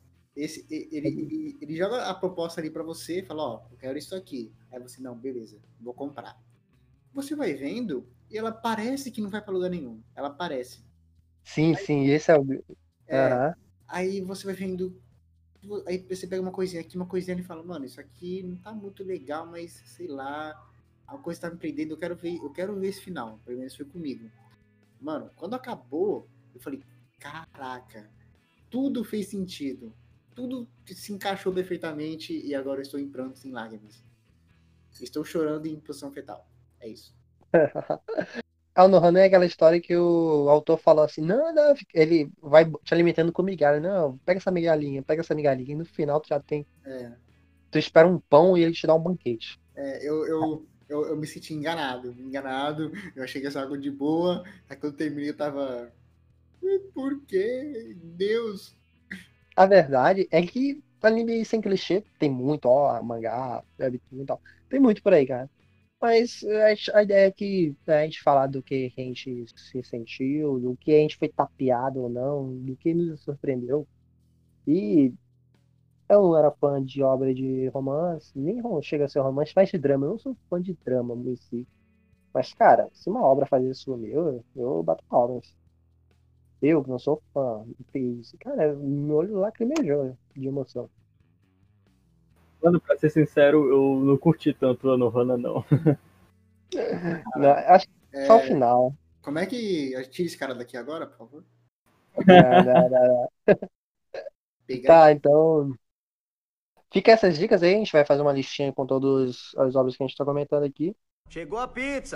ele joga a proposta ali pra você e fala, ó, eu quero isso aqui. Aí você, não, beleza, vou comprar. Você vai vendo e ela parece que não vai pra lugar nenhum. Ela parece. Sim, sim, esse é o. É, Aham. aí você vai vendo, aí você pega uma coisinha aqui, uma coisinha ali e fala, mano, isso aqui não tá muito legal, mas sei lá, a coisa tá me prendendo, eu quero ver esse final. Pelo menos foi comigo. Mano, quando acabou, eu falei, caraca, tudo fez sentido. Tudo se encaixou perfeitamente e agora eu estou em prantos, em lágrimas. Estou chorando em posição fetal. É isso. A Nohana é aquela história que o autor falou assim, não, não, ele vai te alimentando com migalha. Não, pega essa migalhinha, e no final tu já tem. É, Tu espera um pão e ele te dá um banquete. eu me senti enganado. Eu achei que ia ser algo de boa. Aí quando terminei, eu tava. Por quê? Deus. A verdade é que anime sem clichê tem muito, ó, mangá, webtoon e tal. Tem muito por aí, cara. Mas a ideia é que a gente falar do que a gente se sentiu, do que a gente foi tapeado ou não, do que nos surpreendeu. E eu não era fã de obra de romance, nem chega a ser romance, mas de drama. Eu não sou fã de drama em si. Mas, cara, se uma obra faz isso comigo, eu bato palmas. Eu, que não sou fã, fiz. Cara, meu olho lacrimejou de emoção. Mano, pra ser sincero, eu não curti tanto a Nohana, não. Não, acho que só o É, final. como é que. Tira esse cara daqui agora, por favor. Não, não, não. Tá, Pegadinha. então. Fica essas dicas aí, a gente vai fazer uma listinha com todas as obras que a gente tá comentando aqui. Chegou a pizza.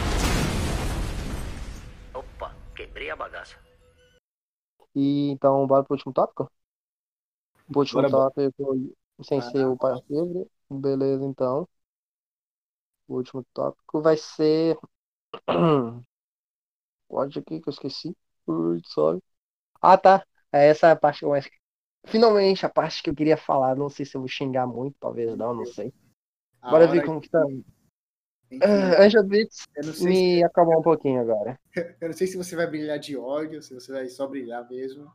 Opa, quebrei a bagaça. E então, bora pro último tópico? O último Bora, bora. tópico, sem ser o Pai Livre. Beleza, então. O último tópico vai ser. Pode aqui que eu esqueci. Ui, sorry. Ah, tá. É essa a parte que eu acho. Finalmente, a parte que eu queria falar. Não sei se eu vou xingar muito, talvez não, não sei. A Bora ver hora como que tá. que. Enfim, Angel Beats eu não sei se, me acalmou um pouquinho agora. eu não sei se você vai brilhar de ódio, se você vai só brilhar mesmo.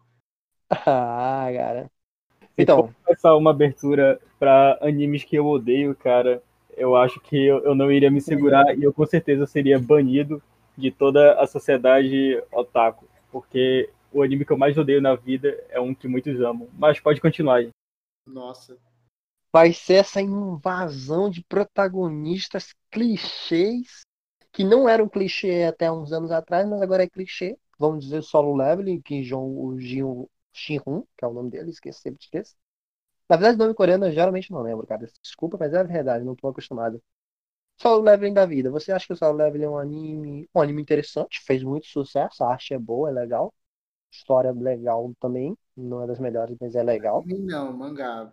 Ah, cara. Se for Então, começar uma abertura pra animes que eu odeio, cara, eu acho que eu não iria me segurar e eu com certeza seria banido de toda a sociedade otaku. Porque o anime que eu mais odeio na vida é um que muitos amam. Mas pode continuar aí. Nossa. vai ser essa invasão de protagonistas clichês, que não eram clichê até uns anos atrás, mas agora é clichê. Vamos dizer Solo Leveling, que o Shin-Hun, que é o nome dele, esqueci, sempre esqueço. Na verdade, o nome coreano eu geralmente não lembro, cara. Desculpa, mas é a verdade, não tô acostumado. Solo Leveling da vida. Você acha que o Solo Leveling é um anime interessante? Fez muito sucesso, a arte é boa, é legal. História legal também. Não é das melhores, mas é legal. Anime não, mangá.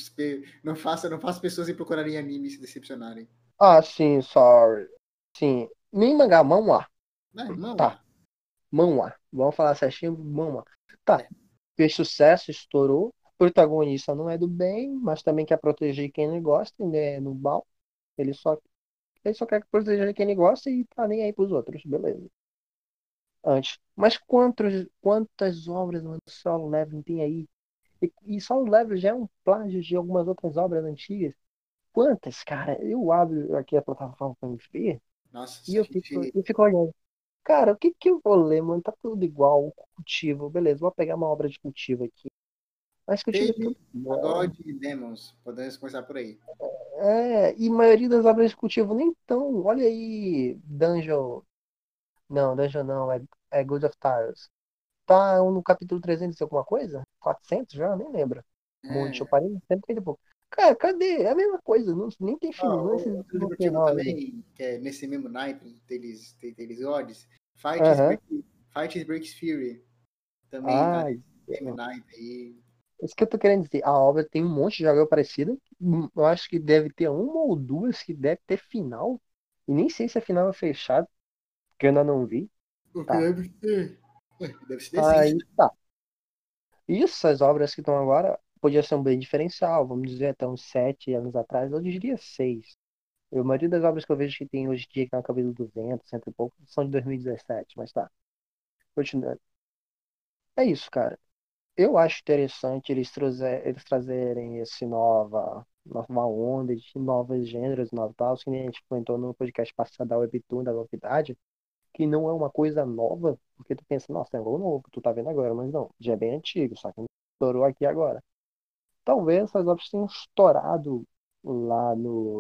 Não faça pessoas ir procurarem anime e se decepcionarem. Ah, sim, sorry. Sim. Nem mangá, manhwa. Né? Tá, Manhwa. manhwa. Vamos falar certinho, manhwa. Tá. É. Fez sucesso, estourou. O protagonista não é do bem, mas também quer proteger quem ele gosta, né? No mal. Ele só, ele só quer proteger quem ele gosta e tá nem aí pros outros, beleza. Antes. Mas quantas obras o Solo Leveling tem aí? E Solo Leveling já é um plágio de algumas outras obras antigas. Quantas, cara? Eu abro aqui a plataforma pra me ver Nossa, e se a gente. eu fico olhando. Cara, o que que eu vou ler, mano? Tá tudo igual. Cultivo, beleza, vou pegar uma obra de cultivo aqui. Mas cultivo é tudo Fate, a igual. God e Demons. Podemos começar por aí. É, e a maioria das obras de cultivo nem tão. Olha aí, Dungeon. Não, Dungeon não, é Good of Tires. Tá no capítulo 300 e alguma coisa? 400 já? Nem lembro. Monte, eu É. parei no 130 e pouco. Cara, cadê? É a mesma coisa, não, nem tem fim, não existe Outro no motivo final ainda. também, que é nesse mesmo naipe deles Gods, Fight Aham. Spirit. Fight Breaks Fury. Também tá Ai, nesse M9 aí. isso que eu tô querendo dizer. A obra tem um monte de jogo parecido. Eu acho que deve ter uma ou duas que deve ter final. E nem sei se a final é fechada, porque eu ainda não vi. O que Tá. deve ser. Deve ser decente. Aí tá. Isso, as obras que estão agora, podia ser um bem diferencial. Vamos dizer, até uns 7 anos atrás, eu diria 6. A maioria das obras que eu vejo que tem hoje em dia, que é na Cabelo do Vento, cento e pouco, são de 2017, mas tá. Continuando. É isso, cara. Eu acho interessante eles trazerem esse nova onda de novos gêneros, novos tals, que nem a gente comentou no podcast passado da Webtoon, da novidade, que não é uma coisa nova, porque tu pensa, nossa, é algo novo, tu tá vendo agora, mas não, já é bem antigo, só que estourou aqui agora. Talvez essas obras tenham estourado lá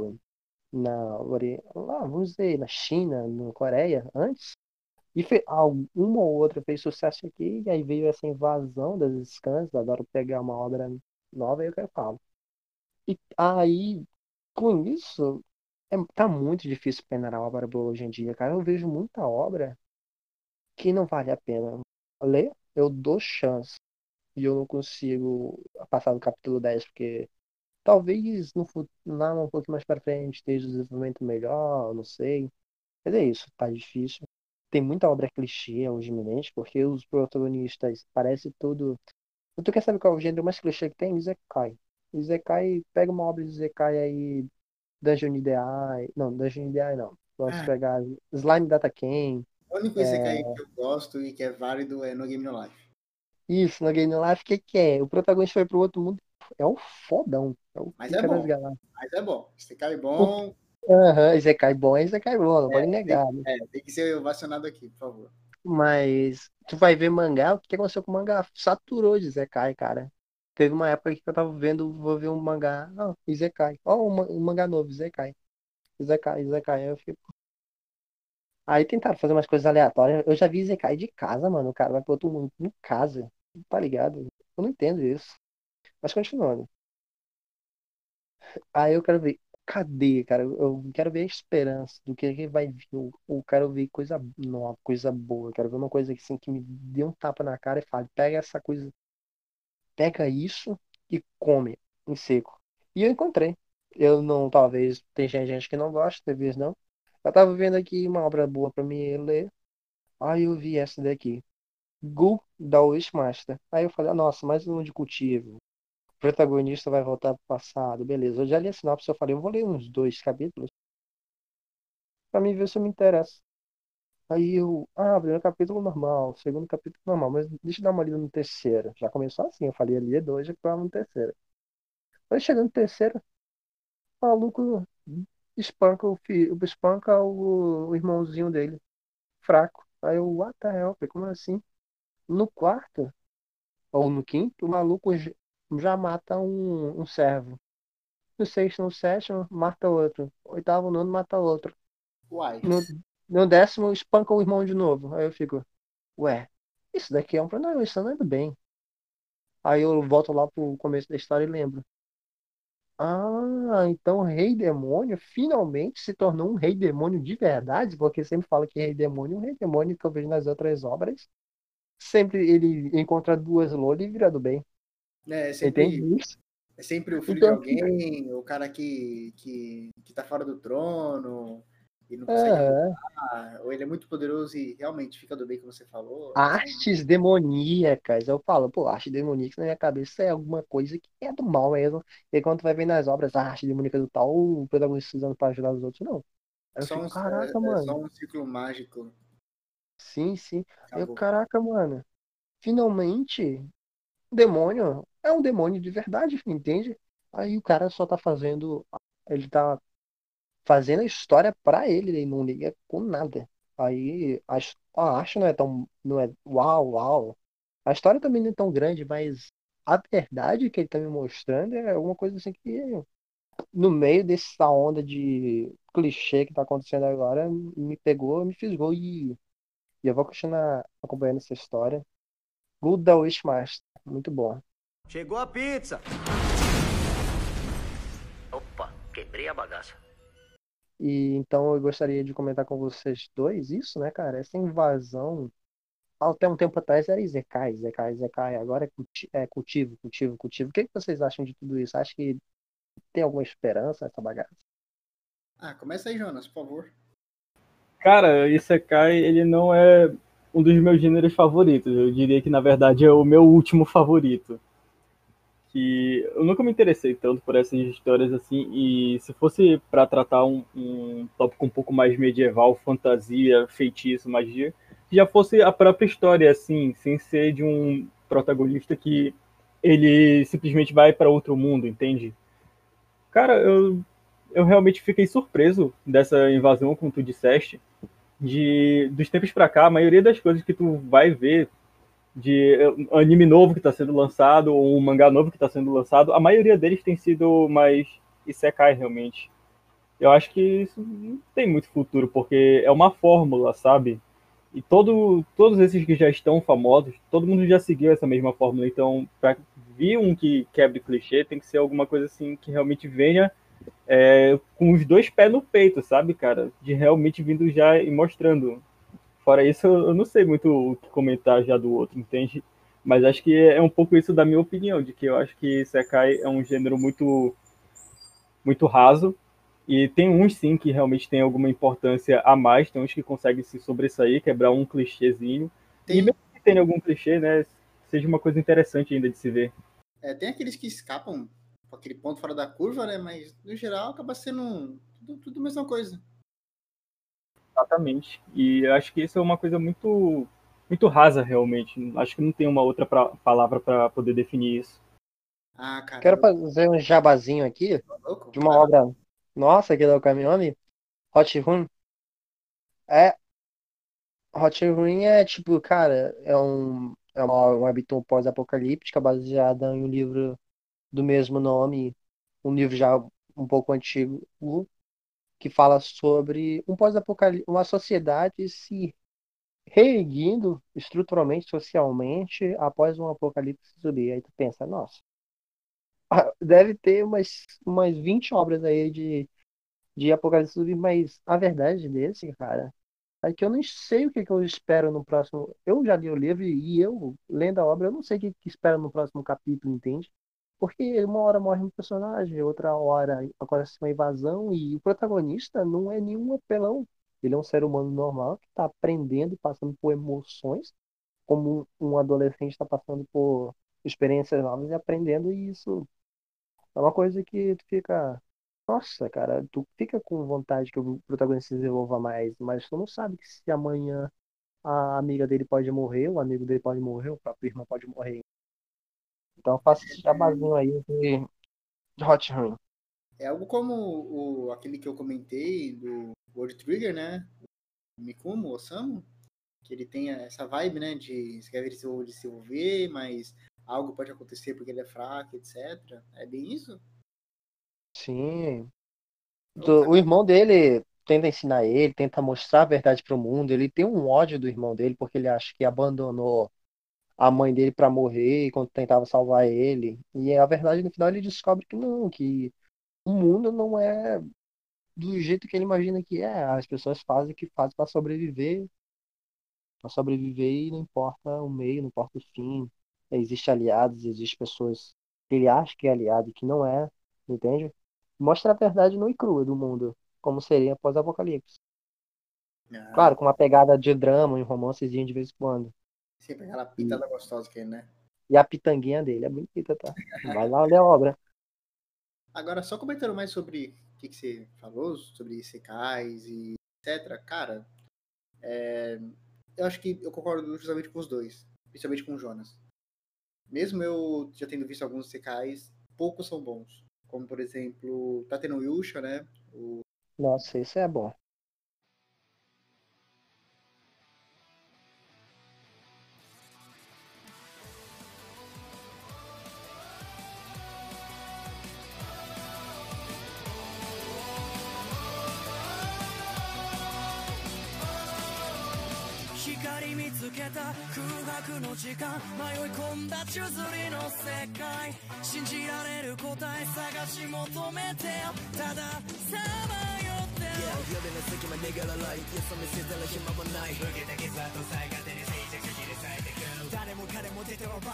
lá, vamos dizer, na China, na Coreia, antes, e uma ou outra fez sucesso aqui, e aí veio essa invasão das scans, adoram pegar uma obra nova e eu falo. E aí, com isso, tá muito difícil peneirar a obra boa hoje em dia, cara. Eu vejo muita obra que não vale a pena ler, eu dou chance, e eu não consigo passar do capítulo 10 porque talvez lá um pouquinho mais pra frente esteja o desenvolvimento melhor, não sei. Mas é isso, tá difícil. Tem muita obra clichê hoje iminente, porque os protagonistas parece tudo. Tu quer saber qual é o gênero mais clichê que tem? Isekai. Isekai, pega uma obra de Isekai aí, Dungeon Ideai. Não, Dungeon Ideai não. Vamos Ah, pegar Slime Data Ken. o único Isekai que eu gosto e que é válido é No Game No Life. Isso, no Game Life, o que que é? O protagonista foi pro outro mundo. É o fodão. É o Mas é pica das bom. galáxias. Mas é bom. Isekai é O- bom. Aham, Isekai bom é Isekai bom, não É, pode negar, né? tem que ser ovacionado aqui, por favor. Mas tu vai ver mangá, o que aconteceu com o mangá? Saturou de Isekai, cara. Teve uma época que eu tava vendo, vou ver um mangá, Isekai. Ó, um mangá novo, Isekai. Isekai, Isekai. Aí eu fiquei... Aí tentaram fazer umas coisas aleatórias. Eu já vi Isekai de casa, mano. O cara vai pro outro mundo em casa. Tá ligado? Eu não entendo isso. Mas continuando. Aí eu quero ver. Cadê, cara? Eu quero ver a esperança do que vai vir. Eu quero ver coisa nova, coisa boa. Eu quero ver uma coisa que, assim, que me dê um tapa na cara e fale, pega essa coisa, pega isso e come em seco. E eu encontrei. Eu não, talvez, tem gente que não gosta, talvez não. Eu tava vendo aqui uma obra boa pra mim ler. Aí eu vi essa daqui. Gu da Wishmaster. Aí eu falei, nossa, mais um de cultivo. O protagonista vai voltar pro passado. Beleza, eu já li a sinopse, eu falei, eu vou ler uns 2 capítulos pra mim ver se eu me interessa. Aí primeiro capítulo normal, segundo capítulo normal, mas deixa eu dar uma lida no terceiro. Já começou assim, eu falei ali é dois, já tava no terceiro. Aí chegando no terceiro, o maluco espanca o irmãozinho dele, fraco. Aí eu, what the hell, falei, como assim? No quarto, ou no quinto, o maluco já mata um servo. No sexto, no sétimo, mata outro. Oitavo, nono, mata outro. Uai. No, no décimo, espanca o irmão de novo. Aí eu fico, ué, isso daqui é um problema. Não, isso não é do bem. Aí eu volto lá pro começo da história e lembro. Então o Rei Demônio finalmente se tornou um Rei Demônio de verdade, porque sempre fala que o Rei Demônio que eu vejo nas outras obras, sempre ele encontra duas lolas e vira do bem. É Entende sempre, isso? é sempre o filho de Então, alguém, o cara que tá fora do trono e não consegue é, lutar, ou ele é muito poderoso e realmente fica do bem, como você falou. É sempre... artes demoníacas. Eu falo, pô, arte demoníaca na minha cabeça é alguma coisa que é do mal mesmo. E quando tu vai ver nas obras, a arte demoníaca do tal, o protagonista usando pra ajudar os outros, não. Aí eu fico, caraca, é mano. só um ciclo mágico. Sim, sim. Eu, Acabou. caraca, mano. Finalmente, o demônio é um demônio de verdade, entende? Aí o cara só tá fazendo. Ele tá fazendo a história pra ele, ele não liga com nada. Aí a arte não é tão. Não é uau, uau. A história também não é tão grande, mas a verdade que ele tá me mostrando é alguma coisa assim que, no meio dessa onda de clichê que tá acontecendo agora, me pegou, me fisgou e eu vou continuar acompanhando essa história. Good da Wishmaster, muito bom. Chegou a pizza! Opa, quebrei a bagaça. E então eu gostaria de comentar com vocês dois isso, né, cara? Essa invasão até um tempo atrás era Isekai, Isekai, Isekai. Agora é cultivo, cultivo, cultivo. O que que vocês acham de tudo isso? Acho que tem alguma esperança nessa bagaça? Ah, começa aí, Jonas, por favor. Cara, Isekai, ele não é um dos meus gêneros favoritos. Eu diria que, na verdade, é o meu último favorito. Que eu nunca me interessei tanto por essas histórias assim, e se fosse para tratar um tópico um pouco mais medieval, fantasia, feitiço, magia, que já fosse a própria história, assim, sem ser de um protagonista que ele simplesmente vai para outro mundo, entende? Cara, eu realmente fiquei surpreso dessa invasão, como tu disseste, dos tempos pra cá, a maioria das coisas que tu vai ver de anime novo que está sendo lançado, ou um mangá novo que está sendo lançado, a maioria deles tem sido mais isekai, realmente. Eu acho que isso não tem muito futuro, porque é uma fórmula, sabe? E todos esses que já estão famosos, todo mundo já seguiu essa mesma fórmula. Então, para vir um que quebre clichê, tem que ser alguma coisa assim que realmente venha com os dois pés no peito, sabe, cara? De realmente vindo já e mostrando. Fora isso, eu não sei muito o que comentar já do outro, entende? Mas acho que é um pouco isso da minha opinião, de que eu acho que Sekai é um gênero muito, muito raso, e tem uns sim que realmente tem alguma importância a mais, tem uns que conseguem se sobressair, quebrar um clichêzinho, e Tem, mesmo que tenha algum clichê, né, seja uma coisa interessante ainda de se ver. tem aqueles que escapam com aquele ponto fora da curva, né? Mas, no geral, acaba sendo tudo a mesma coisa. Exatamente. E eu acho que isso é uma coisa muito, muito rasa, realmente. Acho que não tem uma outra palavra para poder definir isso. Ah, cara, Quero fazer um jabazinho aqui tô louco. de uma obra nossa aqui da Okami, Hot Run. É, Hot Run é tipo, cara, um webtoon pós-apocalíptica baseada em um livro do mesmo nome, um livro já um pouco antigo, que fala sobre um pós-apocalipse, uma sociedade se reerguindo estruturalmente, socialmente, após um apocalipse zumbi. Aí tu pensa, nossa, deve ter umas 20 obras aí de apocalipse zumbi, mas a verdade desse, cara, é que eu não sei o que que eu espero no próximo. Eu já li o livro e eu, lendo a obra, eu não sei o que que espero no próximo capítulo, entende? Porque uma hora morre um personagem, outra hora acontece uma invasão e o protagonista não é nenhum apelão. Ele é um ser humano normal que está aprendendo e passando por emoções, como um adolescente está passando por experiências novas e aprendendo, e isso é uma coisa que tu fica. Nossa, cara, tu fica com vontade que o protagonista se desenvolva mais, mas tu não sabe que se amanhã a amiga dele pode morrer, o amigo dele pode morrer, o próprio irmão pode morrer. Então faça esse jabazinho aí de Hot Run. É algo como aquele que eu comentei do World Trigger, né? O Mikumo Osamu, que ele tem essa vibe, né? De se quer desenvolver, mas algo pode acontecer porque ele é fraco, etc. É bem isso? Sim. Ô, cara, O irmão dele tenta ensinar ele, tenta mostrar a verdade pro mundo. Ele tem um ódio do irmão dele porque ele acha que abandonou a mãe dele pra morrer enquanto tentava salvar ele. E a verdade no final ele descobre que não, que o mundo não é do jeito que ele imagina que é. As pessoas fazem o que fazem para sobreviver e não importa o meio, não importa o fim. Existem aliados, existem pessoas que ele acha que é aliado e que não é, entende? Mostra a verdade nua e crua do mundo, como seria após o apocalipse. ah, Claro, com uma pegada de drama, um romancezinho de vez em quando. sempre aquela E, pitada gostosa que é, né? e a pitanguinha dele é bonita, tá? Vai lá ler a obra. Agora, só comentando mais sobre o que você falou, sobre Isekais e etc. Cara, eu acho que eu concordo justamente com os dois, principalmente com o Jonas. Mesmo eu já tendo visto alguns Isekais, poucos são bons. Como, por exemplo, tá tendo o Yusha, né? Nossa, isso é bom. 光見つけた空白の時間迷い込んだ宙づりの世界信じられる答え探し求めてたださまよって夜の隙間逃げらないよそ見せたら暇もない受けた傷跡さえ勝手に静寂し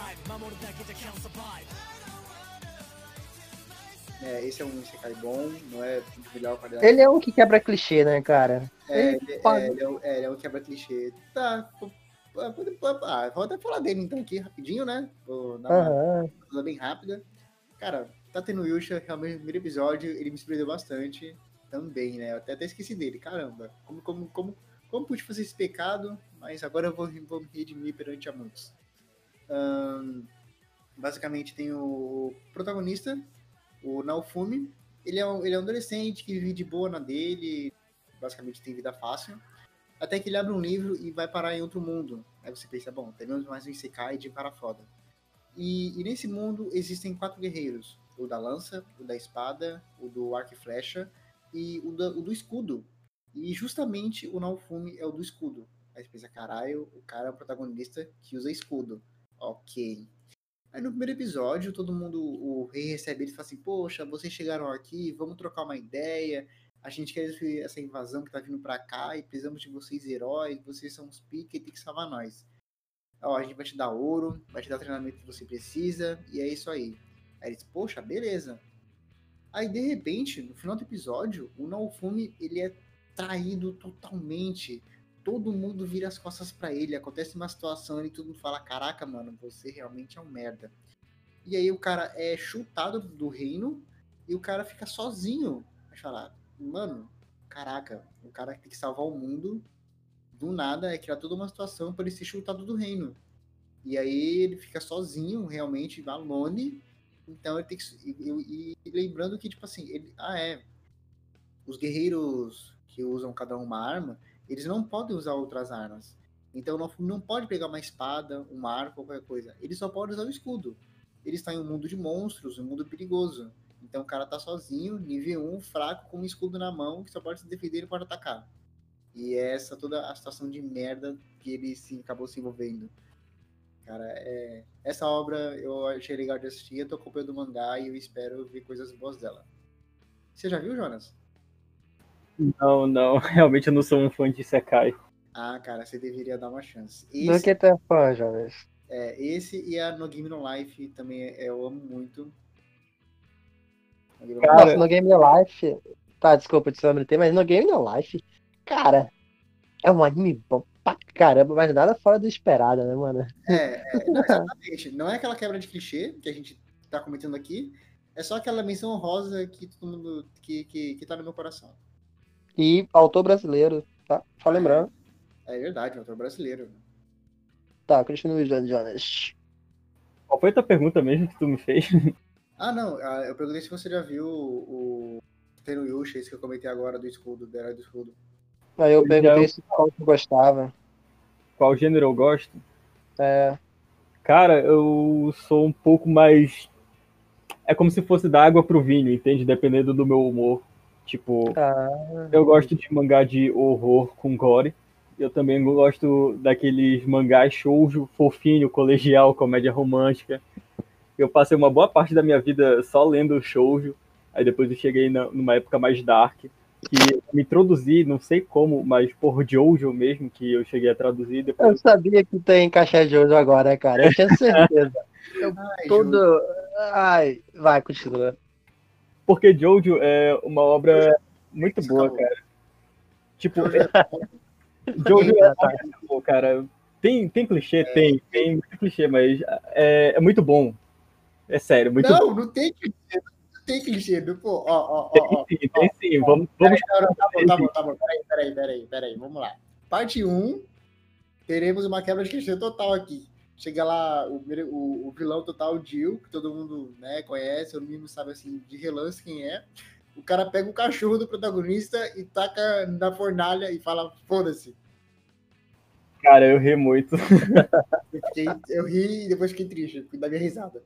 Esse é um Isekai bom, não é de melhor qualidade. Ele é um que quebra clichê, né, cara? Ele é um quebra clichê. Tá, vou até falar dele então aqui rapidinho, né? Vou dar uma coisa bem rápida. Cara, tá tendo Yusha, realmente no primeiro episódio, ele me surpreendeu bastante também, né? Eu até esqueci dele, caramba. Como pude fazer esse pecado, mas agora eu vou me redimir perante a muitos. Basicamente tem o protagonista, o Naofumi. Ele é um adolescente que vive de boa na dele, basicamente tem vida fácil, até que ele abre um livro e vai parar em outro mundo. Aí você pensa, bom, temos mais um Isekai de cara foda. E nesse mundo existem 4 guerreiros, o da lança, o da espada, o do arco e flecha e o do escudo. E justamente o Naofumi é o do escudo. Aí você pensa, caralho, o cara é o protagonista que usa escudo. Ok. Aí no primeiro episódio, todo mundo, o rei recebe eles e fala assim, poxa, vocês chegaram aqui, vamos trocar uma ideia, a gente quer essa invasão que tá vindo pra cá e precisamos de vocês heróis, vocês são os pica e tem que salvar nós. Ó, a gente vai te dar ouro, vai te dar o treinamento que você precisa, e é isso aí. Aí eles, poxa, beleza. Aí, de repente, no final do episódio, o Naofumi, ele é traído totalmente. Todo mundo vira as costas pra ele, acontece uma situação e todo mundo fala, caraca, mano, você realmente é um merda. E aí o cara é chutado do reino e o cara fica sozinho. Vai falar, mano, caraca, o cara tem que salvar o mundo, do nada é criar toda uma situação para ele ser chutado do reino. E aí ele fica sozinho, realmente, alone. Então ele tem que... E lembrando que, tipo assim, os guerreiros que usam cada uma arma, eles não podem usar outras armas. Então não pode pegar uma espada, uma arma, qualquer coisa. Ele só pode usar o escudo. Ele está em um mundo de monstros, um mundo perigoso. Então o cara tá sozinho, nível 1, fraco, com um escudo na mão, que só pode se defender e não pode atacar. E é essa toda a situação de merda que ele acabou se envolvendo. Cara, essa obra eu achei legal de assistir, eu tô acompanhando o mangá e eu espero ver coisas boas dela. Você já viu, Jonas? Não, realmente eu não sou um fã de Isekai. Ah, cara, você deveria dar uma chance. Do que tu é fã, Jonas? Esse e a No Game No Life também eu amo muito. Nossa, No Game No Life... Tá, desculpa te meter, mas No Game No Life, cara, é um anime bom pra caramba, mas nada fora do esperado, né, mano? Não, exatamente. Não é aquela quebra de clichê que a gente tá comentando aqui, é só aquela menção honrosa que todo mundo que tá no meu coração. E autor brasileiro, tá? Só lembrando. É verdade, autor brasileiro. Tá, continue, Jonas. Qual foi a tua pergunta mesmo que tu me fez? Ah, não, eu perguntei se você já viu o Tenuyusha, esse que eu comentei agora do escudo, do herói do escudo. Aí eu perguntei se qual tu gostava. Qual gênero eu gosto? Cara, eu sou um pouco mais... É como se fosse da água pro vinho, entende? Dependendo do meu humor. Tipo, eu gosto de mangá de horror com gore. Eu também gosto daqueles mangás shoujo, fofinho, colegial, comédia romântica. Eu passei uma boa parte da minha vida só lendo shoujo. Aí depois eu cheguei numa época mais dark, que me introduzi, não sei como, mas por Jojo mesmo, que eu cheguei a traduzir. Depois... Eu sabia que tem encaixar Jojo agora, cara. Eu tinha certeza. Ai, vai, continua. Porque Jojo é uma obra muito boa, cara. Tipo, Jojo é bom, cara. Tem clichê? Tem muito clichê, mas é muito bom. É sério, muito bom. Não tem clichê. Tem clichê, pô. Tem sim. Vamos. Tá bom. Peraí. Vamos lá. Parte 1, teremos uma quebra de clichê total aqui. Chega lá o vilão total, o Jill, que todo mundo, né, conhece, o mínimo sabe assim, de relance quem é. O cara pega o cachorro do protagonista e taca na fornalha e fala, foda-se. Cara, eu ri muito. Eu ri e depois fiquei triste, da minha risada.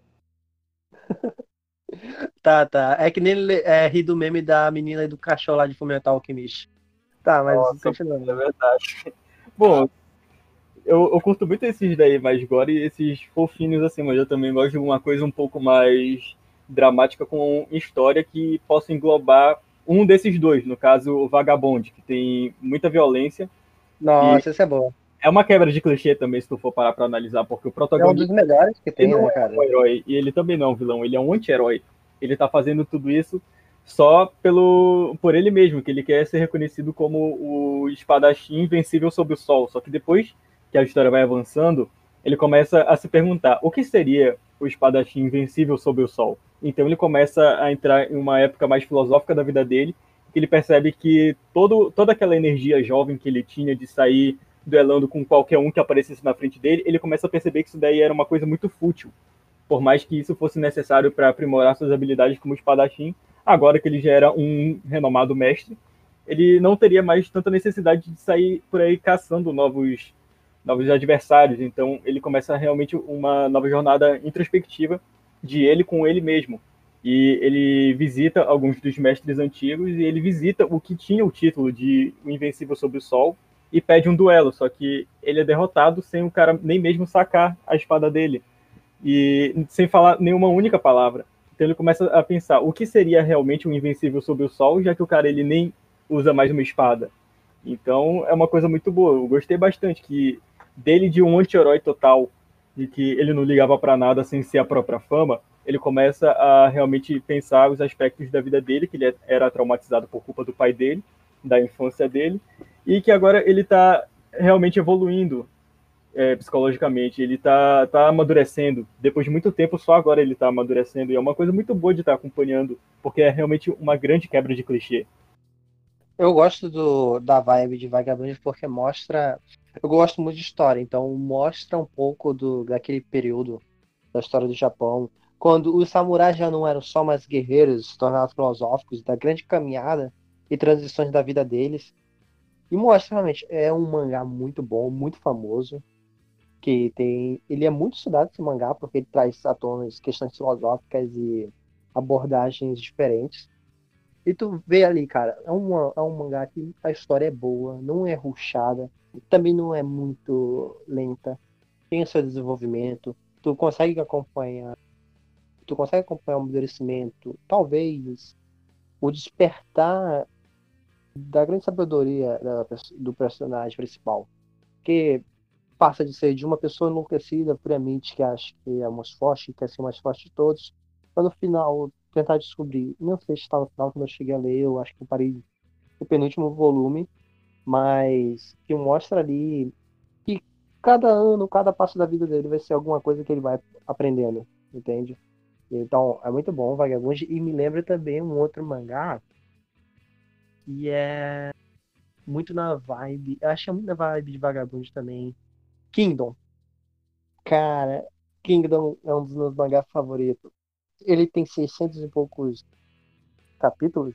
Tá. É que nem rir do meme da menina e do cachorro lá de Fullmetal Alchemist. Tá, mas continuando. É verdade. Bom, eu curto muito esses daí mais gore e esses fofinhos assim, mas eu também gosto de uma coisa um pouco mais dramática com história que possa englobar um desses dois, no caso o Vagabond, que tem muita violência. Nossa, essa é boa. é uma quebra de clichê também, se tu for parar pra analisar, porque o É um protagonista dos melhores que tem, ele não né, é cara? um herói, e ele também não é um vilão, ele é um anti-herói. Ele tá fazendo tudo isso só por ele mesmo, que ele quer ser reconhecido como o espadachim invencível sob o sol. Só que depois que a história vai avançando, ele começa a se perguntar o que seria o espadachim invencível sob o sol. Então ele começa a entrar em uma época mais filosófica da vida dele, que ele percebe que toda aquela energia jovem que ele tinha de sair duelando com qualquer um que aparecesse na frente dele, ele começa a perceber que isso daí era uma coisa muito fútil. Por mais que isso fosse necessário para aprimorar suas habilidades como espadachim, agora que ele já era um renomado mestre, ele não teria mais tanta necessidade de sair por aí caçando novos adversários. Então ele começa realmente uma nova jornada introspectiva de ele com ele mesmo. E ele visita alguns dos mestres antigos e ele visita o que tinha o título de O Invencível Sob o Sol e pede um duelo, só que ele é derrotado sem o cara nem mesmo sacar a espada dele e sem falar nenhuma única palavra. Então ele começa a pensar o que seria realmente um Invencível Sob o Sol, já que o cara ele nem usa mais uma espada. Então é uma coisa muito boa. Eu gostei bastante que dele de um anti-herói total, de que ele não ligava para nada sem ser a própria fama, ele começa a realmente pensar os aspectos da vida dele, que ele era traumatizado por culpa do pai dele, da infância dele, e que agora ele está realmente evoluindo psicologicamente, ele tá amadurecendo. Depois de muito tempo, só agora ele tá amadurecendo, e é uma coisa muito boa de estar acompanhando, porque é realmente uma grande quebra de clichê. Eu gosto da vibe de Vagabond porque mostra. Eu gosto muito de história, então mostra um pouco daquele período da história do Japão, quando os samurais já não eram só mais guerreiros, se tornaram filosóficos, da grande caminhada e transições da vida deles. E mostra realmente, é um mangá muito bom, muito famoso, que tem. Ele é muito estudado esse mangá, porque ele traz à tona questões filosóficas e abordagens diferentes. E tu vê ali, cara, é um mangá que a história é boa, não é rushada, também não é muito lenta, tem o seu desenvolvimento, tu consegue acompanhar o amadurecimento, talvez o despertar da grande sabedoria do personagem principal, que passa de ser de uma pessoa enlouquecida, friamente, que acha que é o mais forte, que quer ser o mais forte de todos, para no final tentar descobrir. Não sei se está no final, quando eu cheguei a ler, eu acho que eu parei no penúltimo volume, mas que mostra ali que cada ano, cada passo da vida dele vai ser alguma coisa que ele vai aprendendo, entende? Então, é muito bom, Vagabond, e me lembra também um outro mangá que é muito na vibe, eu acho que é muito na vibe de Vagabond também, Kingdom. Cara, Kingdom é um dos meus mangás favoritos. Ele tem 600 e poucos capítulos,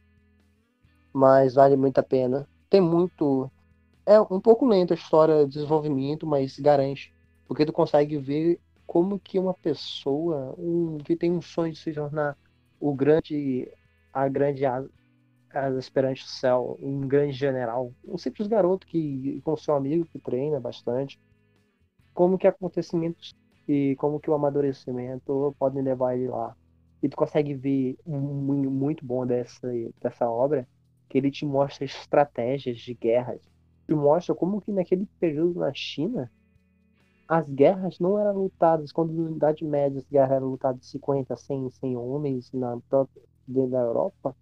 mas vale muito a pena. Tem muito. É um pouco lento a história de desenvolvimento, mas garante. Porque tu consegue ver como que uma pessoa que tem um sonho de se tornar o grande, a grande asa perante o céu, um grande general, um simples garoto que com seu amigo que treina bastante, como que acontecimentos e como que o amadurecimento podem levar ele lá. E tu consegue ver muito bom dessa obra, que ele te mostra estratégias de guerras, te mostra como que naquele período na China, as guerras não eram lutadas, quando na Idade Média as guerras eram lutadas de 50, 100 homens dentro da Europa,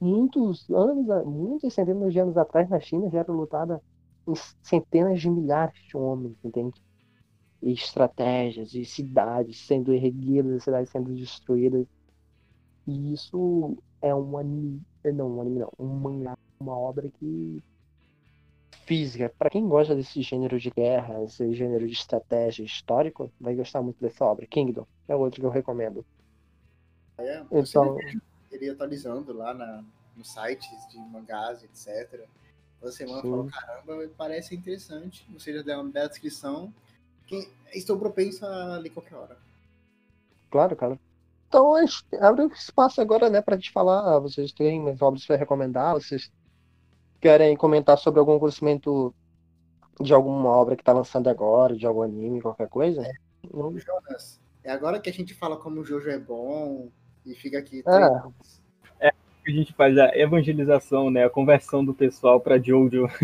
muitas centenas de anos atrás na China já era lutada em centenas de milhares de homens, entende? E estratégias, e cidades sendo erguidas, cidades sendo destruídas. E isso é um anime, não, um anime não, um mangá, uma obra que física. Para quem gosta desse gênero de guerra, esse gênero de estratégia histórico, vai gostar muito dessa obra. Kingdom é outro que eu recomendo. Você Então, ele atualizando lá nos sites de mangás, etc. Toda semana sim. falou, caramba, parece interessante. Você já deu uma bela descrição. Estou propenso a ler qualquer hora. Claro, cara. Então, a gente abre espaço agora, né, pra gente falar. Vocês têm mais obras para recomendar? Vocês querem comentar sobre algum conhecimento de alguma obra que tá lançando agora, de algum anime, qualquer coisa? Não- Jonas, é agora que a gente fala como o Jojo é bom e fica aqui Ah, A gente faz a evangelização, né, a conversão do pessoal para Jojo.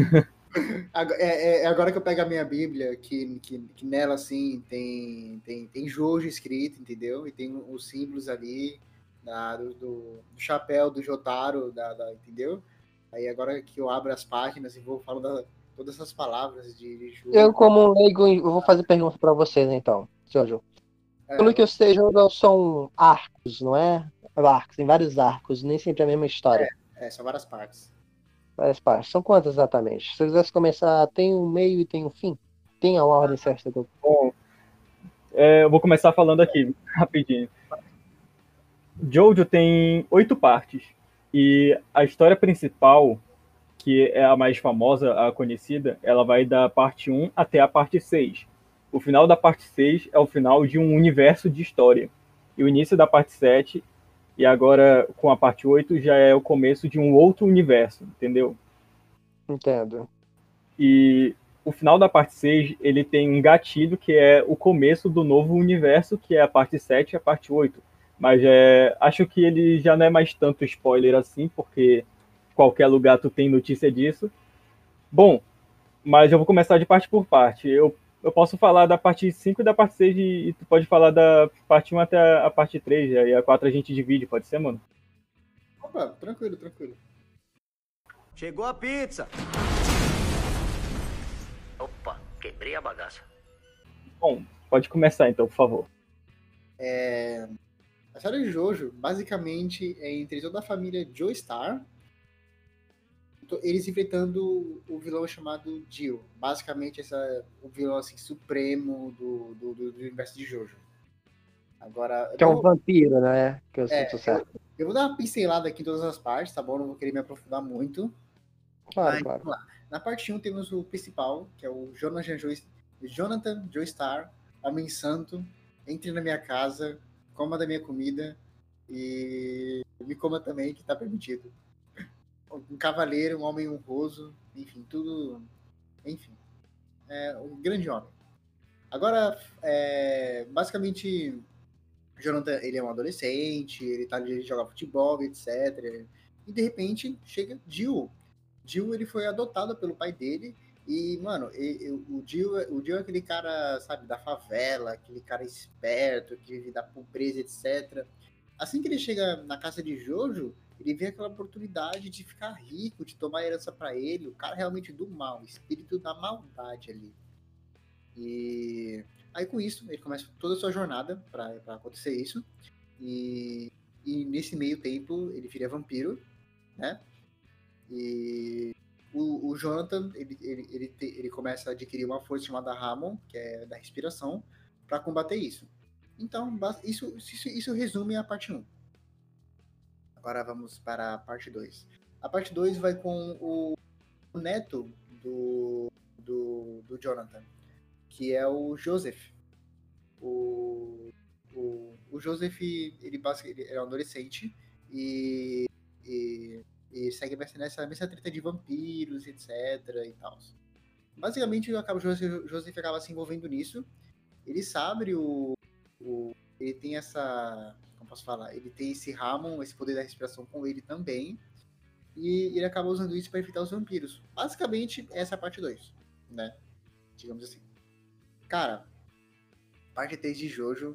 Agora que eu pego a minha Bíblia, que nela, assim, tem Jojo escrito, entendeu? E tem os símbolos ali do chapéu do Jotaro, entendeu? Aí agora que eu abro as páginas e vou falando todas essas palavras de Jojo. Eu, como um leigo, eu vou fazer pergunta pra vocês, então, senhor João. Pelo que eu sei, Jojo são arcos, não é? Arcos, tem vários arcos, nem sempre é a mesma história. São várias partes. Várias partes. São quantas exatamente? Se você quisesse começar, tem um meio e tem um fim? Tem a ordem certa do. Bom, eu vou começar falando aqui, rapidinho. Jojo tem 8 partes. E a história principal, que é a mais famosa, a conhecida, ela vai da parte 1 até a parte 6. O final da parte 6 é o final de um universo de história. E o início da parte 7, e agora com a parte 8, já é o começo de um outro universo, entendeu? Entendo. E o final da parte 6, ele tem um gatilho que é o começo do novo universo, que é a parte 7 e a parte 8. Mas acho que ele já não é mais tanto spoiler assim, porque qualquer lugar tu tem notícia disso. Bom, mas eu vou começar de parte por parte. Eu posso falar da parte 5 e da parte 6 e tu pode falar da parte 1 até a parte 3, e a 4 a gente divide, pode ser, mano? Opa, tranquilo. Chegou a pizza! Opa, quebrei a bagaça. Bom, pode começar então, por favor. A história de Jojo, basicamente, é entre toda a família Joestar, eles enfrentando o vilão chamado Dio. Basicamente, o vilão assim, supremo do universo de Jojo. Agora, Que é um vampiro, né? Que eu sinto eu certo. vou dar uma pincelada aqui em todas as partes, tá bom? Não vou querer me aprofundar muito. Claro, Mas, claro. vamos lá. Na parte 1 temos o principal, que é o Jonathan Joestar, homem santo, entre na minha casa, coma da minha comida e me coma também, que tá permitido. Um cavaleiro, um homem honroso, enfim, tudo. Enfim, um grande homem. Agora, basicamente, o Jonathan, ele é um adolescente, ele joga futebol, etc. E de repente chega Jill. Jill, ele foi adotado pelo pai dele. E, mano, o Jill é aquele cara, sabe, da favela, aquele cara esperto, que vive da pobreza, etc. Assim que ele chega na casa de Jojo, ele vê aquela oportunidade de ficar rico, de tomar herança pra ele. O cara realmente do mal, o espírito da maldade ali. E aí com isso, ele começa toda a sua jornada pra acontecer isso. E nesse meio tempo, ele vira vampiro, né? E o Jonathan, ele começa a adquirir uma força chamada Ramon, que é da respiração, para combater isso. Então, isso resume a parte 1. Agora vamos para a parte 2. A parte 2 vai com o neto do Jonathan, que é o Joseph. O Joseph, ele é um adolescente e segue nessa treta de vampiros, etc. e tal. Basicamente, o Joseph acaba se envolvendo nisso. Ele sabe ele tem essa... Como posso falar? Ele tem esse Ramon, esse poder da respiração com ele também. E ele acaba usando isso para enfrentar os vampiros. Basicamente, essa é a parte 2, né? Digamos assim. Cara, parte 3 de Jojo,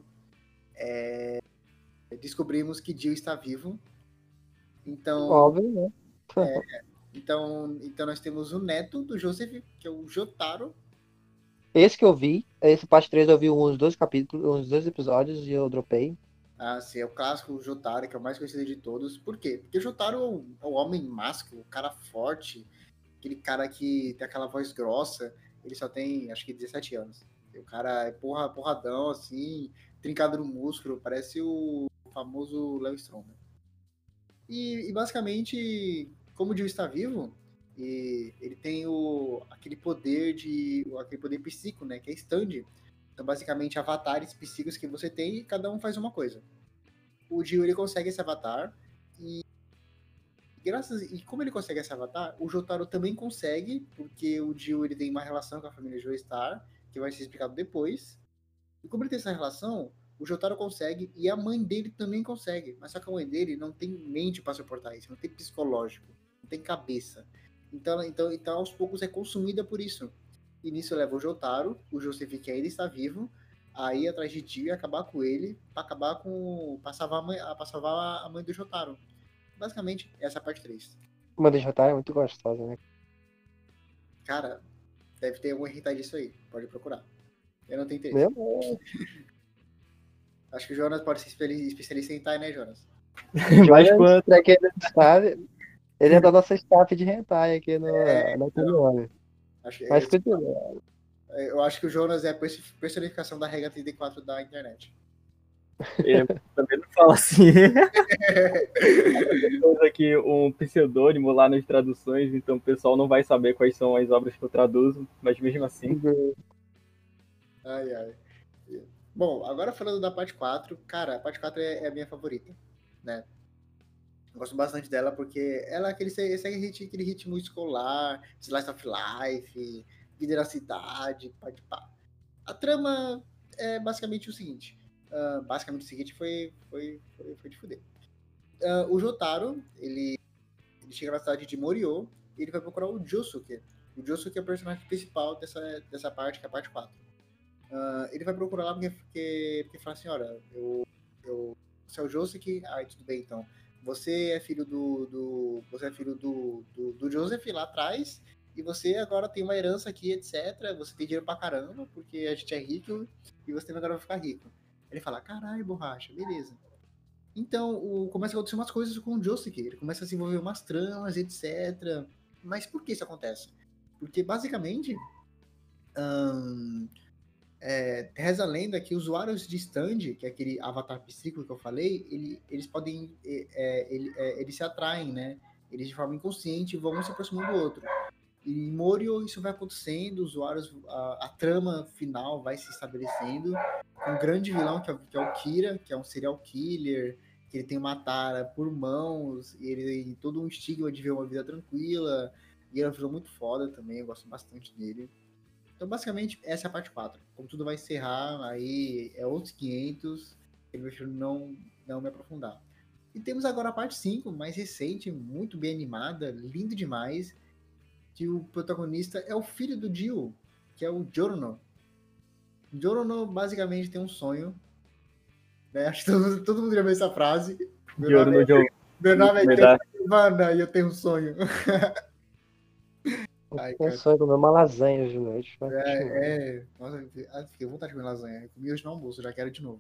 descobrimos que Jill está vivo. Então, Óbvio, né? então nós temos o neto do Joseph, que é o Jotaro. Esse que eu vi, esse parte 3 eu vi uns 2 capítulos, uns 2 episódios e eu dropei. Ah, sim, é o clássico Jotaro, que é o mais conhecido de todos. Por quê? Porque o Jotaro é o homem másculo, o cara forte, aquele cara que tem aquela voz grossa. Ele só tem, acho que 17 anos. O cara é porradão, assim, trincado no músculo, parece o famoso Léo Stronda. E basicamente, como o Jill está vivo, ele tem aquele poder psíquico, né, que é stand. Então, basicamente, avatares psíquicos que você tem e cada um faz uma coisa. O Jill, ele consegue esse avatar e como ele consegue esse avatar, o Jotaro também consegue, porque o Jill, ele tem uma relação com a família Joestar, que vai ser explicado depois. E como ele tem essa relação, o Jotaro consegue e a mãe dele também consegue. Mas só que a mãe dele não tem mente para suportar isso, não tem psicológico, não tem cabeça. Então, aos poucos é consumida por isso. E nisso leva o Jotaro, o Joseph que ainda está vivo, a ir atrás de Dio e acabar com ele, pra salvar a mãe do Jotaro. Basicamente, essa é a parte 3. Uma de Jotaro é muito gostosa, né? Cara, deve ter algum hentai disso aí. Pode procurar. Eu não tenho interesse. Mesmo? Acho que o Jonas pode ser especialista em hentai, né, Jonas? Mas Jonas, quando... pra quem não sabe, ele é da nossa staff de hentai aqui no Taiwan. Acho que, Mas continua. eu acho que o Jonas é a personificação da regra 34 da internet. Eu também não falo assim. Temos aqui um pseudônimo lá nas traduções, então o pessoal não vai saber quais são as obras que eu traduzo, mas mesmo assim. Ai. Bom, agora falando da parte 4, cara, a parte 4 é a minha favorita, né? Eu gosto bastante dela porque ela segue aquele ritmo escolar, slice of life, vida na cidade, pá de pá. A trama é basicamente o seguinte. Foi de fuder. O Jotaro, ele chega na cidade de Morio e ele vai procurar o Josuke. O Josuke é o personagem principal dessa parte, que é a parte 4. Ele vai procurar lá porque fala assim, olha, você é o Josuke? Tudo bem então. Você é filho do Joseph lá atrás, e você agora tem uma herança aqui, etc. Você tem dinheiro pra caramba, porque a gente é rico, e você também agora vai ficar rico. Ele fala, caralho, borracha, beleza. Então, começa a acontecer umas coisas com o Josuke, ele começa a desenvolver umas tramas, etc. Mas por que isso acontece? Porque, basicamente, reza a lenda que usuários de stand, que é aquele avatar psíquico que eu falei, eles podem, eles se atraem, né? Eles de forma inconsciente vão se aproximando do outro. E em Morio isso vai acontecendo, usuários, a trama final vai se estabelecendo. Um grande vilão que é o Kira, que é um serial killer, que ele tem uma tara por mãos, e ele tem todo um estigma de ver uma vida tranquila. E ele é um vilão muito foda também, eu gosto bastante dele. Então, basicamente, essa é a parte 4. Como tudo vai encerrar, aí é outros 500, eu prefiro não me aprofundar. E temos agora a parte 5, mais recente, muito bem animada, lindo demais, que o protagonista é o filho do Dio, que é o Giorno. Giorno, basicamente, tem um sonho, né? Acho que todo mundo já viu essa frase. Meu nome é Giovanna e eu tenho um sonho. Eu sonho comer uma lasanha de noite. Nossa, fiquei com vontade de comer lasanha. Eu comi hoje no almoço, já quero de novo.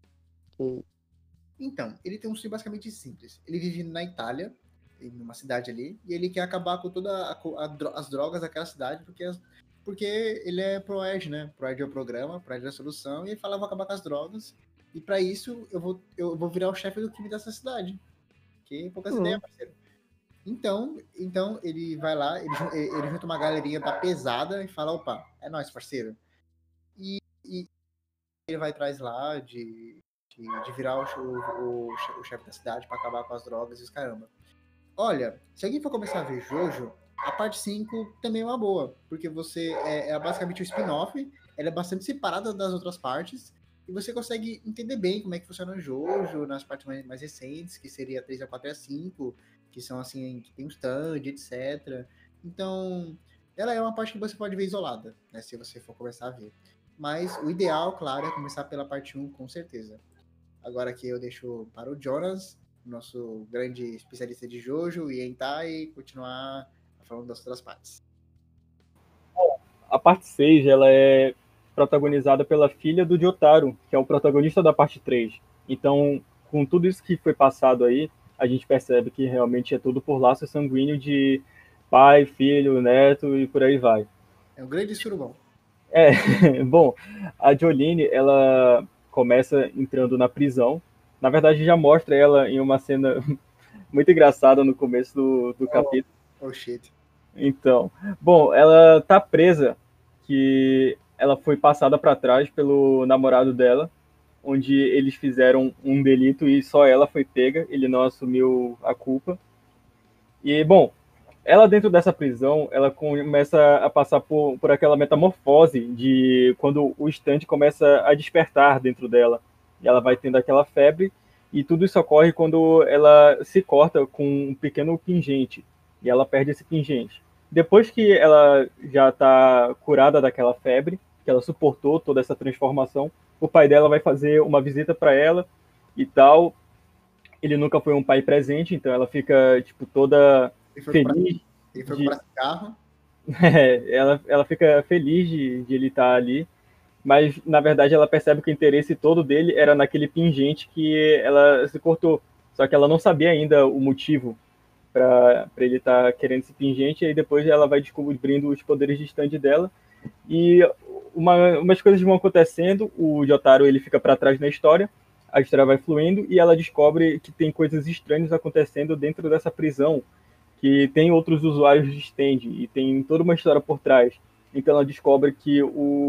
Então, ele tem um sonho basicamente simples. Ele vive na Itália, numa cidade ali, e ele quer acabar com todas as drogas daquela cidade, porque ele é ProEd, né? ProEd é o programa, ProEd é a solução, e ele fala, vou acabar com as drogas, e pra isso eu vou virar o chefe do crime dessa cidade. Que poucas ideias, parceiro. Então ele vai lá, ele junta uma galerinha da pesada e fala, opa, é nóis, parceiro. E ele vai atrás lá de virar o chefe da cidade pra acabar com as drogas e os caramba. Olha, se alguém for começar a ver Jojo, a parte 5 também é uma boa, porque você é basicamente um spin-off, ela é bastante separada das outras partes, e você consegue entender bem como é que funciona o Jojo nas partes mais recentes, que seria a 3, a 4 e a 5, que são assim, que tem um stand, etc. Então, ela é uma parte que você pode ver isolada, né, se você for começar a ver. Mas o ideal, claro, é começar pela parte 1, com certeza. Agora aqui eu deixo para o Jonas, nosso grande especialista de Jojo e hentai, continuar falando das outras partes. A parte 6, ela é protagonizada pela filha do Jotaro, que é o protagonista da parte 3. Então, com tudo isso que foi passado aí, a gente percebe que realmente é tudo por laço sanguíneo de pai, filho, neto e por aí vai. É um grande surubão. Bom, a Jolene, ela começa entrando na prisão. Na verdade, já mostra ela em uma cena muito engraçada no começo do capítulo. Oh, shit. Então, bom, ela tá presa, que ela foi passada para trás pelo namorado dela, onde eles fizeram um delito e só ela foi pega, ele não assumiu a culpa. E, bom, ela dentro dessa prisão, ela começa a passar por aquela metamorfose de quando o Stand começa a despertar dentro dela. E ela vai tendo aquela febre, e tudo isso ocorre quando ela se corta com um pequeno pingente, e ela perde esse pingente. Depois que ela já está curada daquela febre, que ela suportou toda essa transformação, o pai dela vai fazer uma visita para ela e tal. Ele nunca foi um pai presente, então ela fica tipo toda Ele foi feliz. comprar esse carro. Ela fica feliz de ele estar ali, mas na verdade ela percebe que o interesse todo dele era naquele pingente que ela se cortou. Só que ela não sabia ainda o motivo para ele estar querendo esse pingente, e aí depois ela vai descobrindo os poderes de stand dela. E umas coisas vão acontecendo, o Jotaro ele fica para trás na história, a história vai fluindo e ela descobre que tem coisas estranhas acontecendo dentro dessa prisão, que tem outros usuários de stand e tem toda uma história por trás. Então ela descobre que